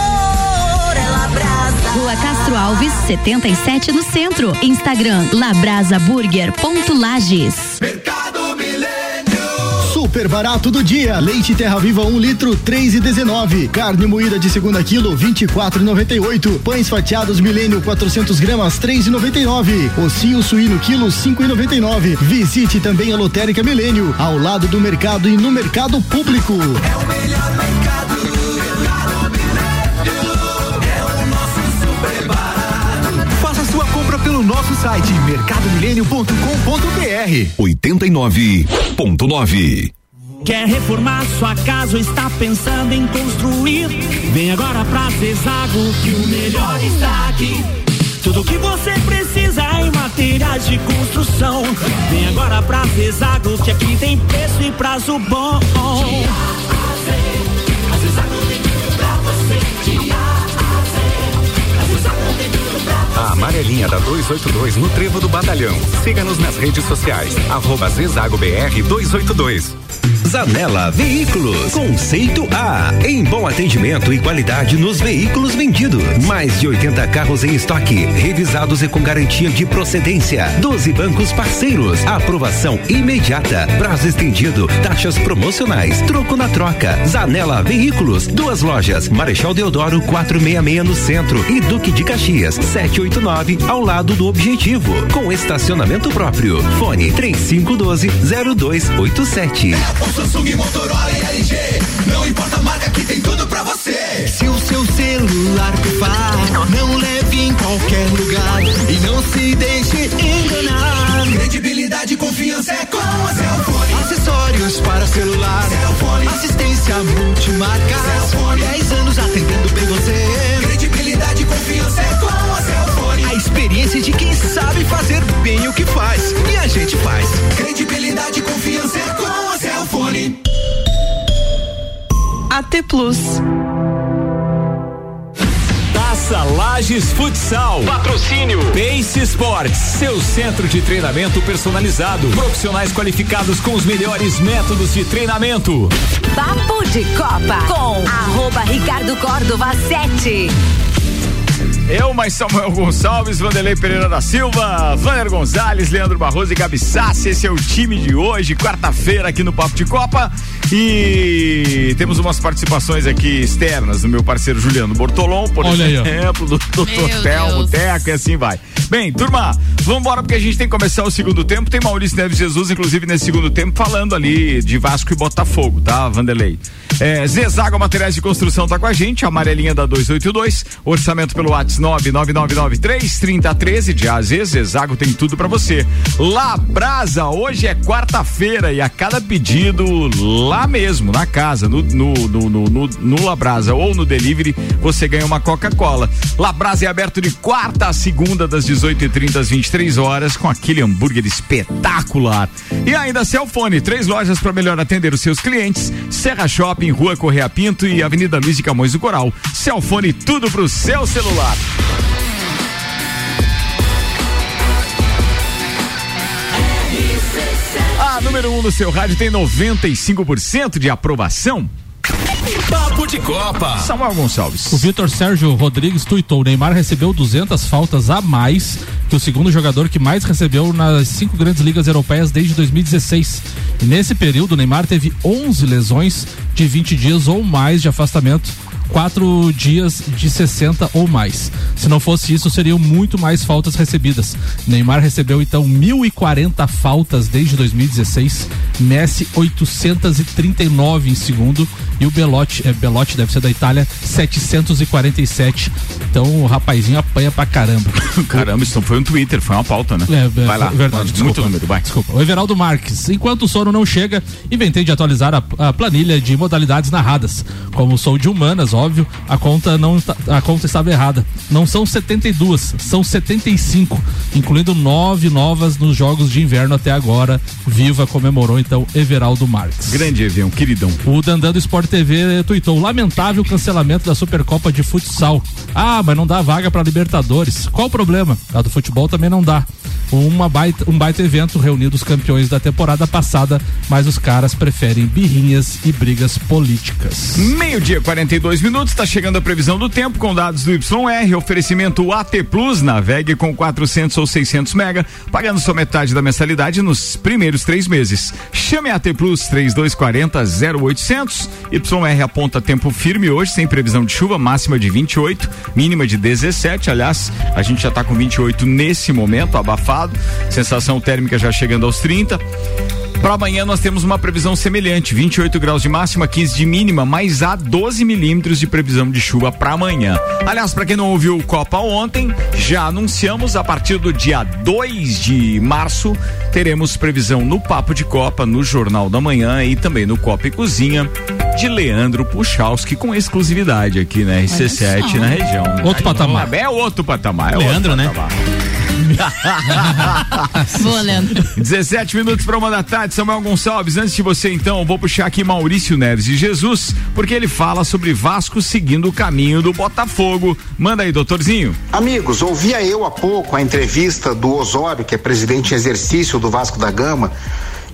Rua Castro Alves, setenta e sete no centro. Instagram labrasaburger.lages. Mercado Milênio. Super barato do dia. Leite Terra Viva um litro, três e dezenove. Carne moída de segunda quilo, vinte e quatro e noventa e oito. Pães fatiados Milênio quatrocentos gramas, três e noventa e nove. Ossinho suíno quilo, cinco e noventa e nove. Visite também a Lotérica Milênio, ao lado do mercado e no mercado público. É o melhor mercado. Pelo nosso site mercado milênio ponto com ponto b r. oitenta e nove ponto nove. Quer reformar sua casa ou está pensando em construir? Vem agora pra Zezago que o melhor está aqui. Tudo que você precisa em materiais de construção. Vem agora pra Zezago que aqui tem preço e prazo bom. A Zezago tem tudo pra você. A amarelinha da duzentos e oitenta e dois no Trevo do Batalhão. Siga-nos nas redes sociais. Arroba Zezago B R duzentos e oitenta e dois. Zanela Veículos, conceito A, em bom atendimento e qualidade nos veículos vendidos. Mais de oitenta carros em estoque, revisados e com garantia de procedência. doze bancos parceiros, aprovação imediata, prazo estendido, taxas promocionais, troco na troca. Zanela Veículos, duas lojas, Marechal Deodoro quatrocentos e sessenta e seis no centro e Duque de Caxias setecentos e oitenta e nove ao lado do Objetivo, com estacionamento próprio. Fone três cinco um dois zero dois oito sete. O Samsung, Motorola e L G, não importa a marca que tem tudo pra você. Se o seu celular pifar, não leve em qualquer lugar e não se deixe enganar. Credibilidade e confiança é com a Cellfone. Acessórios para celular, Cellfone. Assistência multimarca, Cellfone. dez anos atendendo bem você. Credibilidade e confiança é com a Cellfone. A experiência de quem sabe fazer bem o que faz, e a gente faz. Credibilidade e confiança é com a Cellfone. A T Plus. Taça Lages Futsal. Patrocínio Pace Sports, seu centro de treinamento personalizado. Profissionais qualificados com os melhores métodos de treinamento. Papo de Copa com arroba Ricardo Córdova sete. Eu, mais Samuel Gonçalves, Vanderlei Pereira da Silva, Vander Gonzalez, Leandro Barroso e Gabi Sassi. Esse é o time de hoje, quarta-feira aqui no Papo de Copa. E temos umas participações aqui externas do meu parceiro Juliano Bortolom, por Olha exemplo, do doutor Telmo, Teco, e assim vai. Bem, turma, vamos embora porque a gente tem que começar o segundo tempo. Tem Maurício Neves Jesus, inclusive, nesse segundo tempo, falando ali de Vasco e Botafogo, tá, Vanderlei? É, Zezago Materiais de Construção tá com a gente, a amarelinha da dois oito dois, orçamento pelo WhatsApp nove nove nove nove três três zero um três, de às vezes Zezago tem tudo pra você. Labrasa, hoje é quarta-feira e a cada pedido lá mesmo, na casa, no, no, no, no, no, no Labrasa ou no delivery, você ganha uma Coca-Cola. Labrasa é aberto de quarta a segunda, das dezoito e trinta às vinte e três horas, com aquele hambúrguer espetacular. E ainda Cellfone, três lojas para melhor atender os seus clientes: Serra Shopping, Rua Correia Pinto e Avenida Luiz de Camões do Coral. Cellfone, tudo pro seu celular. A número um no seu rádio tem noventa e cinco por cento de aprovação. Papo de Copa. Samuel Gonçalves. O Vitor Sérgio Rodrigues tuitou: Neymar recebeu duzentas faltas a mais que o segundo jogador que mais recebeu nas cinco grandes ligas europeias desde dois mil e dezesseis. E nesse período, Neymar teve onze lesões de vinte dias ou mais de afastamento, quatro dias de sessenta ou mais. Se não fosse isso, seriam muito mais faltas recebidas. Neymar recebeu então mil e quarenta faltas desde dois mil e dezesseis, Messi oitocentos e trinta e nove em segundo e o Belotti, é, Belotti deve ser da Itália, setecentos e quarenta e sete. Então o rapazinho apanha pra caramba. Caramba, isso não foi um Twitter, foi uma pauta, né? É, vai lá, verdade, muito desculpa, número, vai. Desculpa. O Everaldo Marques: enquanto o sono não chega, inventei de atualizar a, a planilha de modalidades narradas. Como sou de humanas, óbvio, a conta não a conta estava errada. Não são setenta e duas, são setenta e cinco, incluindo nove novas nos jogos de inverno até agora. Viva, comemorou então Everaldo Marques. Grande evento, queridão. O Dandan do Sport T V tuitou: lamentável cancelamento da Supercopa de Futsal. Ah, mas não dá vaga para Libertadores. Qual o problema? A do futebol também não dá. Uma baita, um baita evento reunindo os campeões da temporada passada, mas os caras preferem birrinhas e brigas políticas. Meio-dia, quarenta e dois minutos, está chegando a previsão do tempo com dados do Y R, oferecimento A T Plus, navegue com quatrocentos ou seiscentos mega, pagando só metade da mensalidade nos primeiros três meses. Chame a AT Plus três dois quatro zero zero oitocentos. Y R aponta tempo firme hoje, sem previsão de chuva, máxima de vinte e oito, mínima de dezessete. Aliás, a gente já está com vinte e oito nesse momento, abafado. Sensação térmica já chegando aos trinta. Para amanhã nós temos uma previsão semelhante, vinte e oito graus de máxima, quinze de mínima, mas há doze milímetros de previsão de chuva para amanhã. Aliás, para quem não ouviu o Copa ontem, já anunciamos, a partir do dia dois de março, teremos previsão no Papo de Copa, no Jornal da Manhã e também no Copa e Cozinha, de Leandro Puchalski, com exclusividade aqui na R C sete, na região. Outro patamar. É outro patamar. É Leandro, outro né? patamar. Boa, Leandro. dezessete minutos para uma da tarde, Samuel Gonçalves. Antes de você, então, vou puxar aqui Maurício Neves de Jesus, porque ele fala sobre Vasco seguindo o caminho do Botafogo. Manda aí, doutorzinho. Amigos, ouvia eu há pouco a entrevista do Osório, que é presidente em exercício do Vasco da Gama,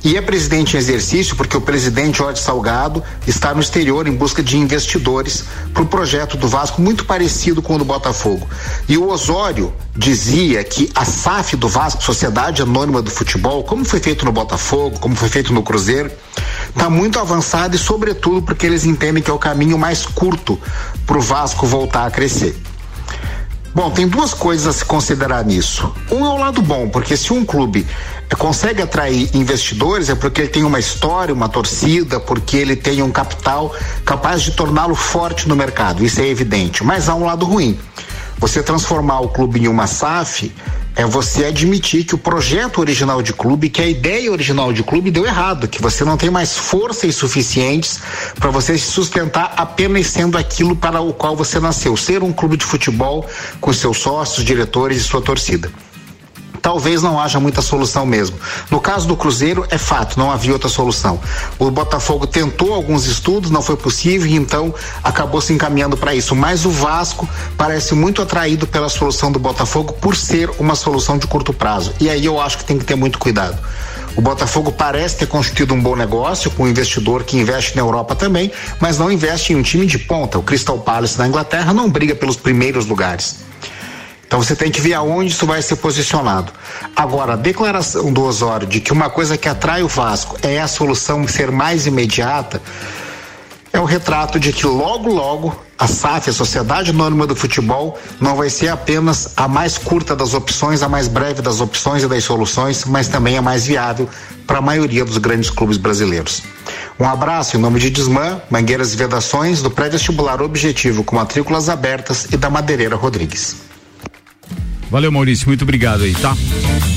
E é presidente em exercício porque o presidente Jorge Salgado está no exterior em busca de investidores para o projeto do Vasco, muito parecido com o do Botafogo. E o Osório dizia que a S A F do Vasco, Sociedade Anônima do Futebol, como foi feito no Botafogo, como foi feito no Cruzeiro, está muito avançada e, sobretudo, porque eles entendem que é o caminho mais curto para o Vasco voltar a crescer. Bom, tem duas coisas a se considerar nisso. Um é o lado bom, porque se um clube consegue atrair investidores é porque ele tem uma história, uma torcida, porque ele tem um capital capaz de torná-lo forte no mercado, isso é evidente. Mas há um lado ruim. Você transformar o clube em uma S A F é você admitir que o projeto original de clube, que a ideia original de clube deu errado, que você não tem mais forças suficientes para você se sustentar apenas sendo aquilo para o qual você nasceu, ser um clube de futebol com seus sócios, diretores e sua torcida. Talvez não haja muita solução mesmo. No caso do Cruzeiro, é fato, não havia outra solução. O Botafogo tentou alguns estudos, não foi possível, e então acabou se encaminhando para isso. Mas o Vasco parece muito atraído pela solução do Botafogo por ser uma solução de curto prazo. E aí eu acho que tem que ter muito cuidado. O Botafogo parece ter constituído um bom negócio com um investidor que investe na Europa também, mas não investe em um time de ponta. O Crystal Palace da Inglaterra não briga pelos primeiros lugares. Então você tem que ver aonde isso vai ser posicionado. Agora, a declaração do Osório de que uma coisa que atrai o Vasco é a solução ser mais imediata, é o retrato de que logo, logo, a S A F, a Sociedade Anônima do Futebol, não vai ser apenas a mais curta das opções, a mais breve das opções e das soluções, mas também a mais viável para a maioria dos grandes clubes brasileiros. Um abraço em nome de Desmã, Mangueiras e Vedações, do pré-vestibular Objetivo com matrículas abertas e da Madeireira Rodrigues. Valeu, Maurício, muito obrigado aí, tá?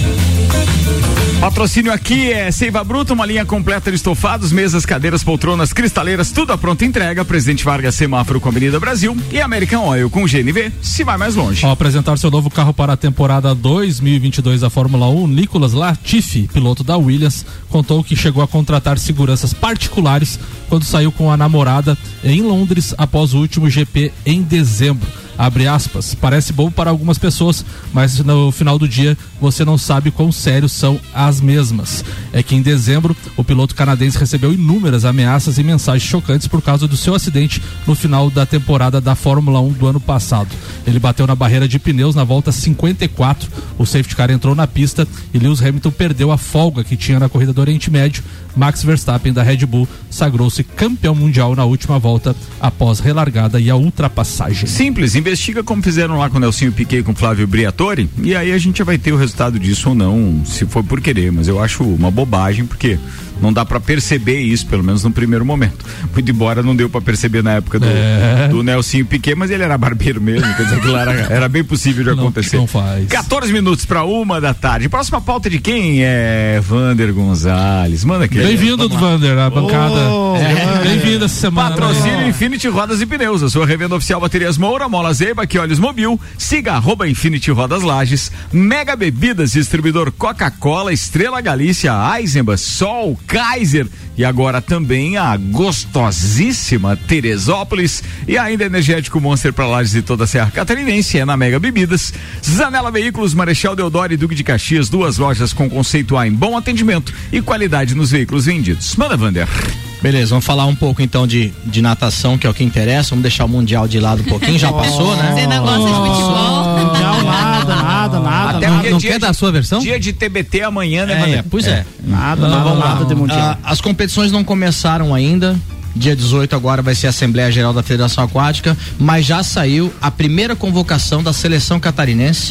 Patrocínio aqui é Seiva Bruta, uma linha completa de estofados, mesas, cadeiras, poltronas, cristaleiras, tudo à pronta entrega. Presidente Vargas, semáforo com a Avenida Brasil, e American Oil com G N V, se vai mais longe. Ao apresentar seu novo carro para a temporada dois mil e vinte e dois da Fórmula um, Nicolas Latifi, piloto da Williams, contou que chegou a contratar seguranças particulares quando saiu com a namorada em Londres após o último G P em dezembro. Abre aspas, parece bom para algumas pessoas, mas no final do dia você não sabe quão sérios são as mesmas. É que em dezembro o piloto canadense recebeu inúmeras ameaças e mensagens chocantes por causa do seu acidente no final da temporada da Fórmula um do ano passado. Ele bateu na barreira de pneus na volta cinquenta e quatro, o safety car entrou na pista e Lewis Hamilton perdeu a folga que tinha na corrida do Oriente Médio. Max Verstappen da Red Bull sagrou-se campeão mundial na última volta após relargada e a ultrapassagem. Simples, investiga como fizeram lá com o Nelsinho Piquet e com o Flávio Briatore, e aí a gente vai ter o resultado disso ou não, se for por querer, mas eu acho uma bobagem, porque não dá pra perceber isso, pelo menos no primeiro momento. Muito embora não deu pra perceber na época do, é. do Nelsinho Piquet, mas ele era barbeiro mesmo, quer dizer, aquilo era, era bem possível de acontecer. Não, não faz. quatorze minutos pra uma da tarde. Próxima pauta de quem? É Vander Gonzalez. Manda aqui. Bem-vindo, Vander, a bancada. Oh, é, Bem-vindo essa semana. Patrocínio né? Infinity Rodas e Pneus, a sua revenda oficial Baterias Moura, Mola Zeiba, que Olhos Mobil. Siga arroba Infinity Rodas Lages. Mega Bebidas, distribuidor Coca-Cola, Estrela Galícia, Eisenbach, Sol, Kaiser e agora também a gostosíssima Teresópolis e ainda Energético Monster para Lages e toda a Serra Catarinense é na Mega Bebidas. Zanela Veículos, Marechal Deodoro e Duque de Caxias, duas lojas com conceito A em bom atendimento e qualidade nos veículos vendidos. Manda, Vander. Beleza, vamos falar um pouco então de, de natação, que é o que interessa. Vamos deixar o Mundial de lado um pouquinho, já passou, né? Você ainda gosta de futebol? Mundial nada, nada, nada. Até nada. Não, não dia quer de, dar a sua versão? Dia de T B T amanhã, né, É, Vander? pois é. é. Nada, Não, nada, vamos nada lá. de Mundial. Ah, as competições não começaram ainda. Dia dezoito agora vai ser a Assembleia Geral da Federação Aquática, mas já saiu a primeira convocação da seleção catarinense,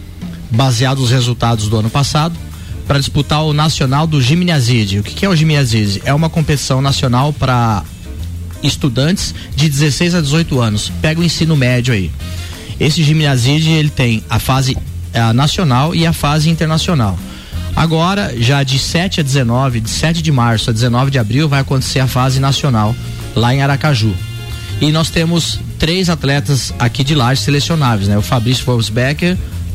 baseado nos resultados do ano passado, para disputar o Nacional do Gimnaside. O que, que é o Gimnaside? É uma competição nacional para estudantes de dezesseis a dezoito anos. Pega o ensino médio aí. Esse Gimnaside, ele tem a fase a nacional e a fase internacional. Agora, já de sete a dezenove, de sete de março a dezenove de abril, vai acontecer a fase nacional lá em Aracaju. E nós temos três atletas aqui de Lages selecionáveis, né? O Fabrício Forsbecker,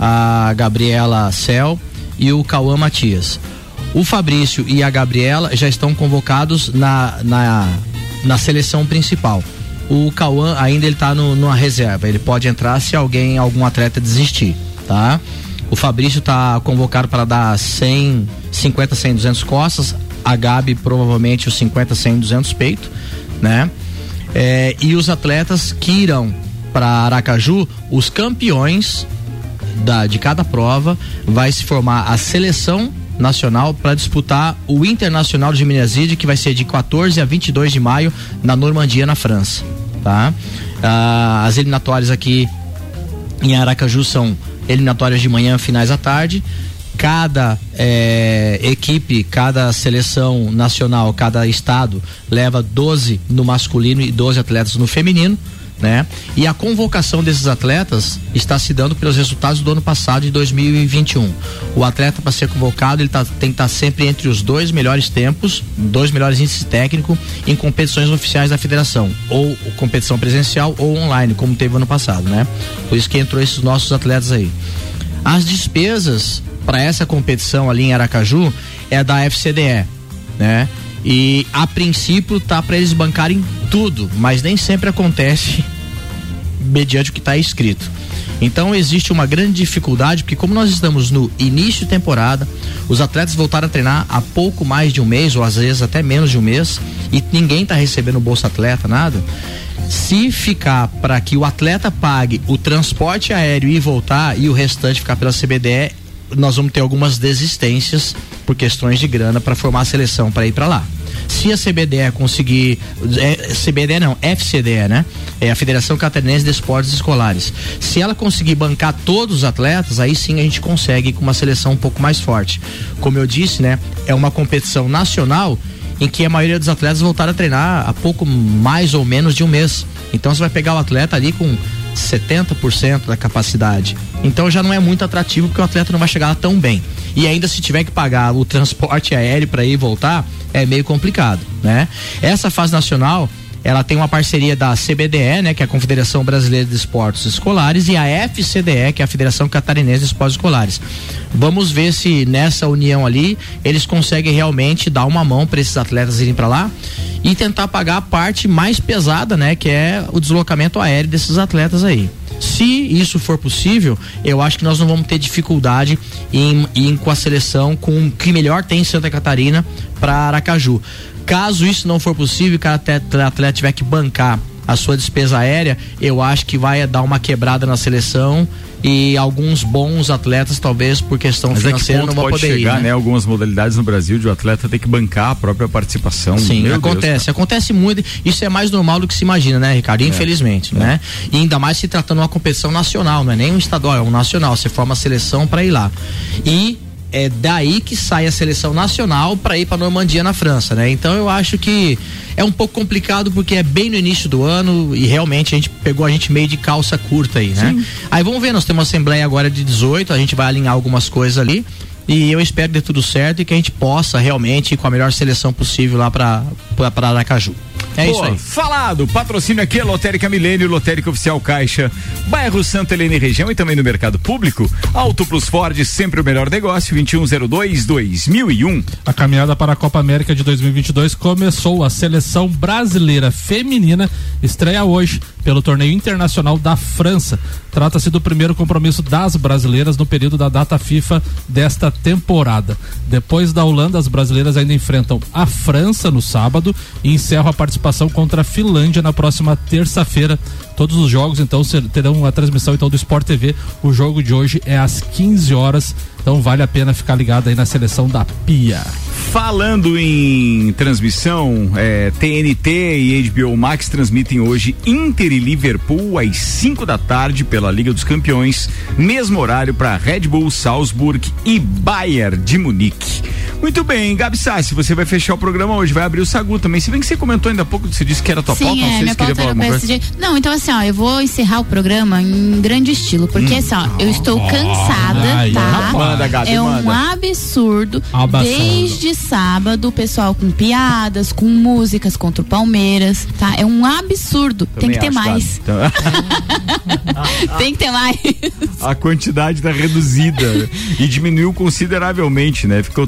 a Gabriela Cel e o Cauã Matias. O Fabrício e a Gabriela já estão convocados na, na, na seleção principal. O Cauã ainda ele tá no, numa reserva, ele pode entrar se alguém, algum atleta desistir, tá? O Fabrício está convocado para dar cem, cinquenta, cem, duzentos costas. a Gabi provavelmente os cinquenta, cem, duzentos peito, né? É, e os atletas que irão para Aracaju, os campeões da, de cada prova, vai se formar a seleção nacional para disputar o Internacional de Minhaside, que vai ser de quatorze a vinte e dois de maio na Normandia, na França, tá? Ah, as eliminatórias aqui em Aracaju são eliminatórias de manhã, finais à tarde. Cada é, equipe, cada seleção nacional, cada estado leva doze no masculino e doze atletas no feminino, né? E a convocação desses atletas está se dando pelos resultados do ano passado, de dois mil e vinte e um. O atleta, para ser convocado, ele tá, tem que estar tá sempre entre os dois melhores tempos, dois melhores índices técnicos em competições oficiais da federação, ou competição presencial ou online, como teve ano passado, né? Por isso que entrou esses nossos atletas aí. As despesas para essa competição ali em Aracaju é da F C D E, né? E a princípio tá para eles bancarem tudo, mas nem sempre acontece mediante o que está escrito. Então existe uma grande dificuldade, porque como nós estamos no início de temporada, os atletas voltaram a treinar há pouco mais de um mês, ou às vezes até menos de um mês, e ninguém está recebendo Bolsa Atleta, nada. Se ficar para que o atleta pague o transporte aéreo e voltar e o restante ficar pela C B D E, nós vamos ter algumas desistências por questões de grana para formar a seleção para ir para lá. Se a C B D E conseguir, é, C B D E não, F C D E, né? É a Federação Catarinense de Esportes Escolares. Se ela conseguir bancar todos os atletas, aí sim a gente consegue ir com uma seleção um pouco mais forte. Como eu disse, né? É uma competição nacional em que a maioria dos atletas voltaram a treinar há pouco mais ou menos de um mês. Então você vai pegar o atleta ali com setenta por cento da capacidade. Então já não é muito atrativo, porque o atleta não vai chegar lá tão bem. E ainda se tiver que pagar o transporte aéreo para ir e voltar, é meio complicado, né? Essa fase nacional, ela tem uma parceria da C B D E, né, que é a Confederação Brasileira de Esportes Escolares, e a F C D E, que é a Federação Catarinense de Esportes Escolares. Vamos ver se nessa união ali eles conseguem realmente dar uma mão para esses atletas irem para lá e tentar pagar a parte mais pesada, né, que é o deslocamento aéreo desses atletas aí. Se isso for possível, eu acho que nós não vamos ter dificuldade em ir com a seleção com o que melhor tem em Santa Catarina para Aracaju. Caso isso não for possível, cada atleta tiver que bancar a sua despesa aérea, eu acho que vai dar uma quebrada na seleção e alguns bons atletas, talvez por questão Mas financeira, é não vão pode poder chegar, ir, né? né? Algumas modalidades no Brasil de o atleta ter que bancar a própria participação. Sim, Meu acontece, Deus, acontece muito. Isso é mais normal do que se imagina, né, Ricardo? É. Infelizmente, é. né? E ainda mais se tratando de uma competição nacional, não é nem um estadual, é um nacional. Você forma a seleção para ir lá. E é daí que sai a seleção nacional para ir para Normandia, na França, né? Então eu acho que é um pouco complicado, porque é bem no início do ano e realmente a gente pegou a gente meio de calça curta aí, né? Sim. Aí vamos ver, nós temos uma assembleia agora de dezoito, a gente vai alinhar algumas coisas ali e eu espero que dê tudo certo e que a gente possa realmente ir com a melhor seleção possível lá para para Aracaju. É Pô, isso aí. Falado, patrocínio aqui é Lotérica Milênio, Lotérica Oficial Caixa, bairro Santa Helena e região, e também no mercado público. Auto Plus Ford, sempre o melhor negócio, vinte e um zero dois, dois mil e um. A caminhada para a Copa América de dois mil e vinte e dois começou. A seleção brasileira feminina estreia hoje pelo torneio internacional da França. Trata-se do primeiro compromisso das brasileiras no período da data FIFA desta temporada. Depois da Holanda, as brasileiras ainda enfrentam a França no sábado e encerram a participação contra a Finlândia na próxima terça-feira. Todos os jogos então terão a transmissão então do Sport T V. O jogo de hoje é às quinze horas, então vale a pena ficar ligado aí na seleção da Pia. Falando em transmissão, é, T N T e H B O Max transmitem hoje Inter e Liverpool às cinco da tarde pela Liga dos Campeões, mesmo horário para Red Bull Salzburg e Bayern de Munique. Muito bem, Gabi Sassi, você vai fechar o programa hoje, vai abrir o Sagu também. Se bem que você comentou ainda há pouco, você disse que era tua Sim, pauta, é, não sei minha se queria pauta falar era alguma coisa. P S G. Não, então assim, ó, eu vou encerrar o programa em grande estilo, porque Hum. assim, ó, eu estou cansada, Ai, tá? manda, Gabi, é um manda. absurdo. Absurdo. Desde sábado, o pessoal com piadas, com músicas contra o Palmeiras, tá? É um absurdo. Tem Também que ter acho, mais. Gabi. Tem que ter mais. A quantidade tá reduzida e diminuiu consideravelmente, né? Ficou todo mundo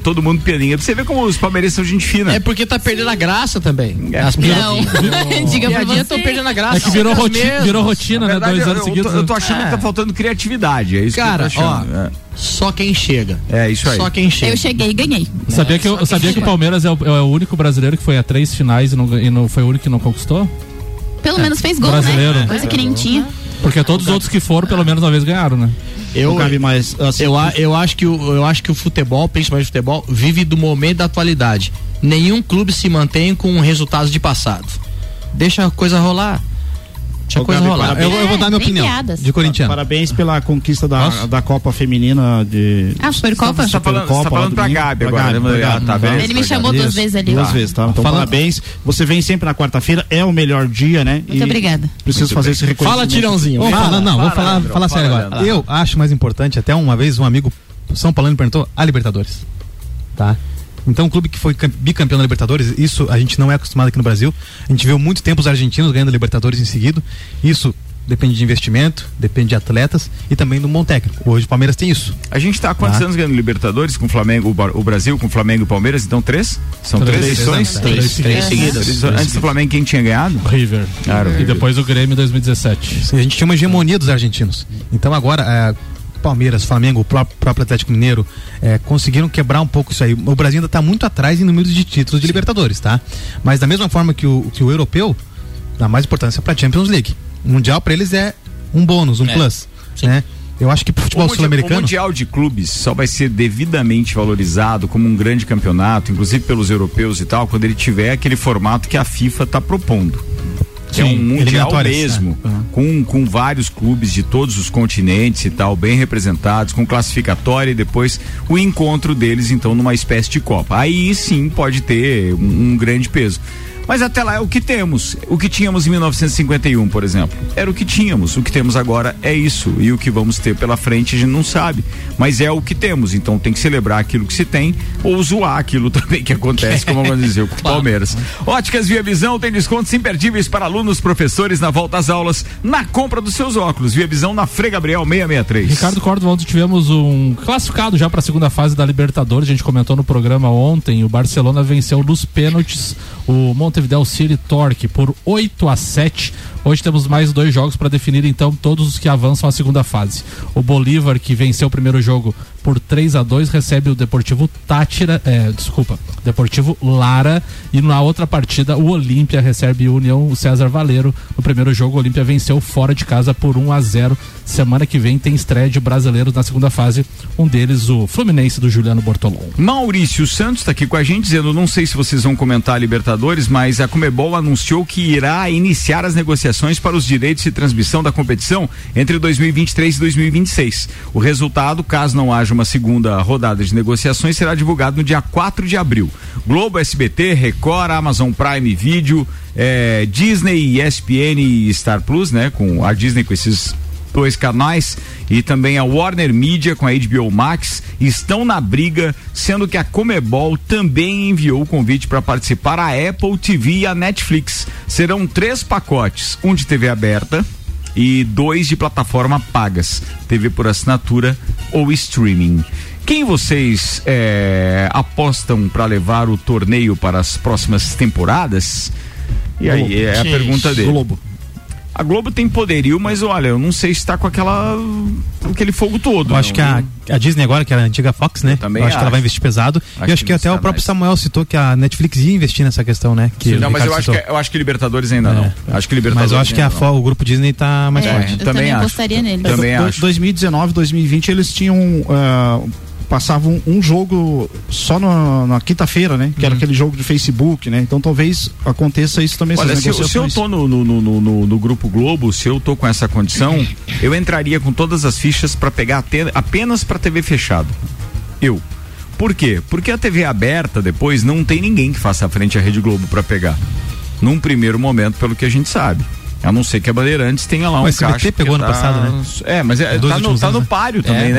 pianinha. Pra você ver como os palmeirenses são gente fina. É porque tá perdendo a graça também. É. As Não, diga pra você. estão perdendo a graça. É que virou, São as roti mesmas. virou rotina, né? Na verdade, Dois eu, anos eu, seguidos. tô, eu tô né? achando É. que tá faltando criatividade. É isso Cara, que eu tô achando. ó, é. só quem chega. É isso aí. Só quem chega. Eu cheguei e ganhei. Sabia que, eu, eu sabia que o Palmeiras é o, é o único brasileiro que foi a três finais e não, e não foi o único que não conquistou? Pelo menos fez gol, Brasileiro. né? Coisa que nem tinha. Porque todos os outros que foram, pelo menos uma vez ganharam, né? Eu, Não cabe mais. Assim, eu, a- eu, acho que o, eu acho que o futebol, principalmente o futebol, vive do momento da atualidade. Nenhum clube se mantém com resultados de passado. Deixa a coisa rolar. Deixa a Ô, coisa Gabi, rolar. parabéns. Eu, eu vou dar minha bem opinião piadas. de corintiano. Parabéns pela conquista da, da Copa Feminina de. Ah, Supercopa? Você tá falando, você tá falando pra Gabi agora, né? Ah, tá bem. Ele me chamou duas vezes ali. Duas Ó. vezes, tá? Então, Falando- parabéns. Você vem sempre na quarta-feira, é o melhor dia, né? Muito obrigada. Preciso fazer esse reconhecimento. Fala, Tirãozinho. Vamos Fala. falar, não, vou falar, Leandro, falar fala, sério agora. Leandro. Eu acho mais importante, até uma vez um amigo São Paulo me perguntou, a Libertadores. Tá? Então, um clube que foi cam- bicampeão da Libertadores, isso a gente não é acostumado aqui no Brasil. A gente viu muito tempo os argentinos ganhando a Libertadores em seguida. Isso depende de investimento, depende de atletas e também do bom técnico. Hoje o Palmeiras tem isso. A gente tá há quantos Tá. anos ganhando Libertadores com o Flamengo, o, Bar- o Brasil com o Flamengo e o Palmeiras? Então três? São três, Três, edições? três, Três, três seguidas. Três- Antes do Flamengo, quem tinha ganhado? River. Claro. E depois o Grêmio em dois mil e dezessete. A gente tinha uma hegemonia dos argentinos. Então agora, é, Palmeiras, Flamengo, o pró- próprio Atlético Mineiro é, conseguiram quebrar um pouco isso aí. O Brasil ainda está muito atrás em números de títulos de Libertadores, tá? Mas da mesma forma que o, que o europeu dá mais importância para a Champions League. O Mundial para eles é um bônus, um É. plus, Sim. né? Eu acho que pro O futebol mundial, o sul-americano Mundial de Clubes só vai ser devidamente valorizado como um grande campeonato, inclusive pelos europeus e tal, quando ele tiver aquele formato que a FIFA está propondo. Que é Sim, um mundial eliminatórias, mesmo, né? Uhum. com, com vários clubes de todos os continentes e tal, bem representados, com classificatória e depois o encontro deles, então, numa espécie de Copa. Aí sim pode ter um, um grande peso. Mas até lá é o que temos. O que tínhamos em mil novecentos e cinquenta e um, por exemplo. Era o que tínhamos. O que temos agora é isso. E o que vamos ter pela frente a gente não sabe. Mas é o que temos. Então tem que celebrar aquilo que se tem ou zoar aquilo também que acontece, como vamos dizer, com o Palmeiras. Óticas Via Visão tem descontos imperdíveis para alunos, professores na volta às aulas, na compra dos seus óculos. Via Visão na Frei Gabriel seiscentos e sessenta e três. Ricardo Córdova, ontem tivemos um classificado já para a segunda fase da Libertadores. A gente comentou no programa ontem. O Barcelona venceu nos pênaltis o Montevideo City Torque por oito a sete. Hoje temos mais dois jogos para definir então todos os que avançam à segunda fase. O Bolívar, que venceu o primeiro jogo por três a dois, recebe o Deportivo Táchira, é, desculpa, Deportivo Lara, e na outra partida o Olímpia recebe o União César Valeiro. No primeiro jogo o Olímpia venceu fora de casa por um a zero. Semana que vem tem estreia de brasileiros na segunda fase, um deles o Fluminense do Juliano Bortolom. Maurício Santos está aqui com a gente dizendo, não sei se vocês vão comentar a Libertadores, mas a Conmebol anunciou que irá iniciar as negociações para os direitos de transmissão da competição entre dois mil e vinte e três e dois mil e vinte e seis. O resultado, caso não haja uma segunda rodada de negociações, será divulgado no dia quatro de abril. Globo, S B T, Record, Amazon Prime Video, eh, Disney, E S P N e Star Plus, né? Com a Disney com esses dois canais, e também a Warner Media com a H B O Max estão na briga, sendo que a Conmebol também enviou o convite para participar a Apple T V e a Netflix. Serão três pacotes, um de T V aberta e dois de plataforma pagas, T V por assinatura ou streaming. Quem vocês é, apostam para levar o torneio para as próximas temporadas? E aí, Globo. é a Sim. pergunta dele. Globo. A Globo tem poderio, mas olha, eu não sei se está com aquela aquele fogo todo. Eu acho não, que a, a Disney agora, que era a antiga Fox, né? também eu acho, que ela acho. vai investir pesado. Acho e acho que que até nos o próprio canais. Samuel citou que a Netflix ia investir nessa questão, né? Que não, o mas eu Ricardo acho, citou. que, eu acho que Libertadores ainda É. não. Acho que Libertadores Mas eu acho que a ainda Fo- o grupo Disney tá mais É, forte. eu também também acho. apostaria nele. Também Do- acho. dois mil e dezenove, dois mil e vinte eles tinham ah, passavam um jogo só na, na quinta-feira, né? Que era aquele jogo de Facebook, né? Então talvez aconteça isso também. Olha, essas se eu, se eu negociações. tô no, no, no, no, no Grupo Globo, se eu tô com essa condição, eu entraria com todas as fichas para pegar até- apenas para T V fechada. Eu. Por quê? Porque a T V aberta depois não tem ninguém que faça a frente à Rede Globo para pegar. Num primeiro momento, pelo que a gente sabe. A não ser que a Bandeirantes tenha lá um O S B T caixa. pegou porque ano passado, né? É, mas é, Dois tá, no, últimos tá anos, no né? páreo também, É. né?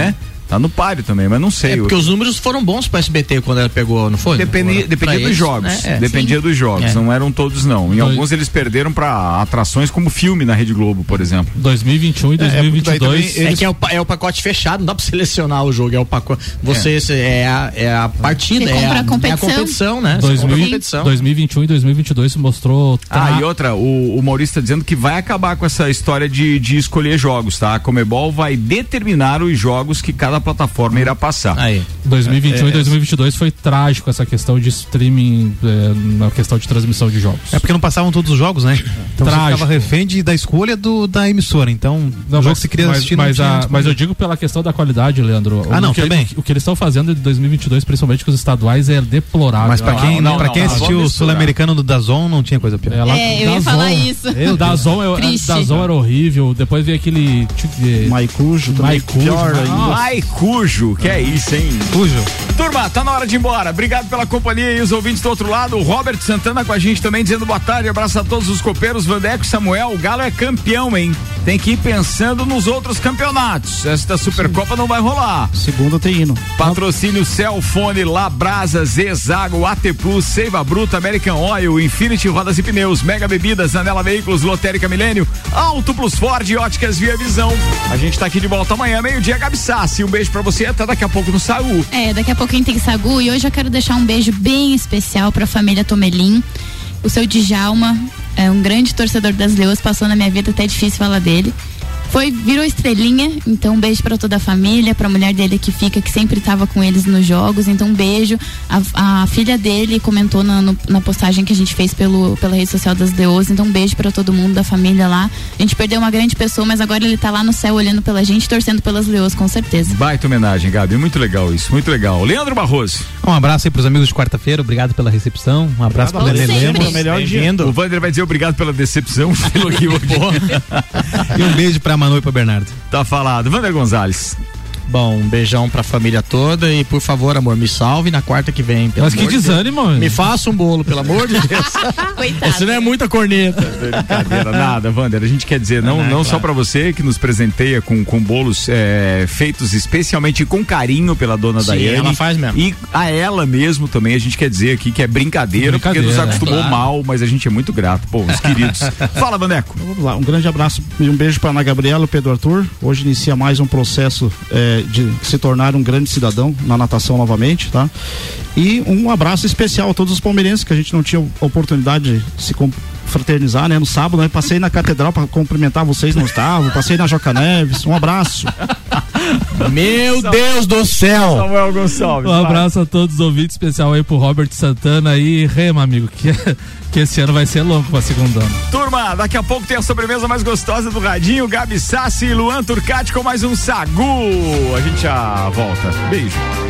Tá no páreo também, mas não sei. É porque os números foram bons pro S B T quando ela pegou, não foi? Dependi, não dependia dos eles, jogos. Né? É, dependia sim. dos jogos. É. Não eram todos, não. Em Dois. alguns eles perderam pra atrações como filme na Rede Globo, por exemplo. dois mil e vinte e um e dois mil e vinte e dois. É, é, é que é o, é o pacote fechado, não dá pra selecionar o jogo. É o pacote. Você é, é, a, é a partida, é a, a competição. É a competição, né? dois mil e vinte e um e dois mil e vinte e dois mostrou. Tra... Ah, e outra, o, o Maurício tá dizendo que vai acabar com essa história de, de escolher jogos, tá? A Comebol vai determinar os jogos que cada plataforma irá passar. Aí. dois mil e vinte e um é, e dois mil e vinte e dois foi trágico essa questão de streaming, é, na questão de transmissão de jogos. É porque não passavam todos os jogos, né? Então trágico. Você ficava refém de, da escolha do, da emissora. Então, não, o jogo mas, que você queria mas, assistir mas, não tinha, a, mas eu digo pela questão da qualidade, Leandro. Ah, o não, que, também. O, o que eles estão fazendo de dois mil e vinte e dois, principalmente com os estaduais, é deplorável. Mas pra quem, não, não, pra quem não, assistiu o Sul-Americano do Dazon, não tinha coisa pior. Ela, É, eu ia falar isso. O Dazon, é, Dazon era horrível. Depois veio aquele. Maicujo, Maicujo. Maicujo, que é isso, hein? Cujo. Turma, tá na hora de ir embora. Obrigado pela companhia e os ouvintes do outro lado. O Robert Santana com a gente também dizendo boa tarde. Abraço a todos os copeiros. Vandeco e Samuel. O Galo é campeão, hein? Tem que ir pensando nos outros campeonatos. Esta Supercopa não vai rolar. Segundo tem hino. Patrocínio Celfone, Labrasas, Exago, A T Plus, Seiva Bruta, American Oil, Infinity Rodas e Pneus, Mega Bebidas, Anela Veículos, Lotérica Milênio, Auto Plus Ford e Óticas Via Visão. A gente tá aqui de volta amanhã, meio-dia, Gabi Sassi. Um beijo pra você, até daqui a pouco no Sagu. É, daqui a pouquinho tem Sagu e hoje eu quero deixar um beijo bem especial pra família Tomelin. O seu Djalma é um grande torcedor das Leoas, passou na minha vida, até é difícil falar dele. Foi, virou estrelinha, então um beijo pra toda a família, pra mulher dele que fica, que sempre tava com eles nos jogos, então um beijo. A, a filha dele comentou na, no, na postagem que a gente fez pelo, pela rede social das Leoas, então um beijo pra todo mundo da família lá. A gente perdeu uma grande pessoa, mas agora ele tá lá no céu olhando pela gente, torcendo pelas Leoas, com certeza. Baita homenagem, Gabi, muito legal isso, muito legal. Leandro Barroso. Um abraço aí pros amigos de quarta-feira, obrigado pela recepção, um abraço pro Lele Lemos. O Wander vai dizer obrigado pela decepção, e um beijo pra Manu e pra Bernardo. Tá falado. Wander Gonzalez. Bom, um beijão pra família toda e por favor, amor, me salve na quarta que vem. Mas que desânimo, mano. Me faça um bolo, pelo amor de Deus. Coitado. Esse não é muita corneta. Brincadeira, nada, Wander. A gente quer dizer, não, Ah, não claro. só pra você que nos presenteia com, com bolos é, feitos especialmente com carinho pela dona Sim, Daiane. ela faz mesmo. E a ela mesmo também, a gente quer dizer aqui que é brincadeira, Brincadeira, porque nos acostumou claro. mal, mas a gente é muito grato, pô, os queridos. Fala, Vandeco. Vamos lá, um grande abraço e um beijo para Ana Gabriela e o Pedro Arthur. Hoje inicia mais um processo é, de se tornar um grande cidadão na natação novamente, tá? E um abraço especial a todos os palmeirenses que a gente não tinha oportunidade de se fraternizar, né? No sábado, né? Passei na catedral para cumprimentar vocês, não estavam. Passei na Joca Neves. Um abraço. Meu Deus do céu! Samuel Gonçalves. Um abraço a todos os ouvintes, especial aí pro Robert Santana e Rema, amigo, que, que esse ano vai ser longo pra segunda ano. Turma, daqui a pouco tem a sobremesa mais gostosa do Radinho, Gabi Sassi e Luan Turcati com mais um Sagu. A gente já volta. Beijo.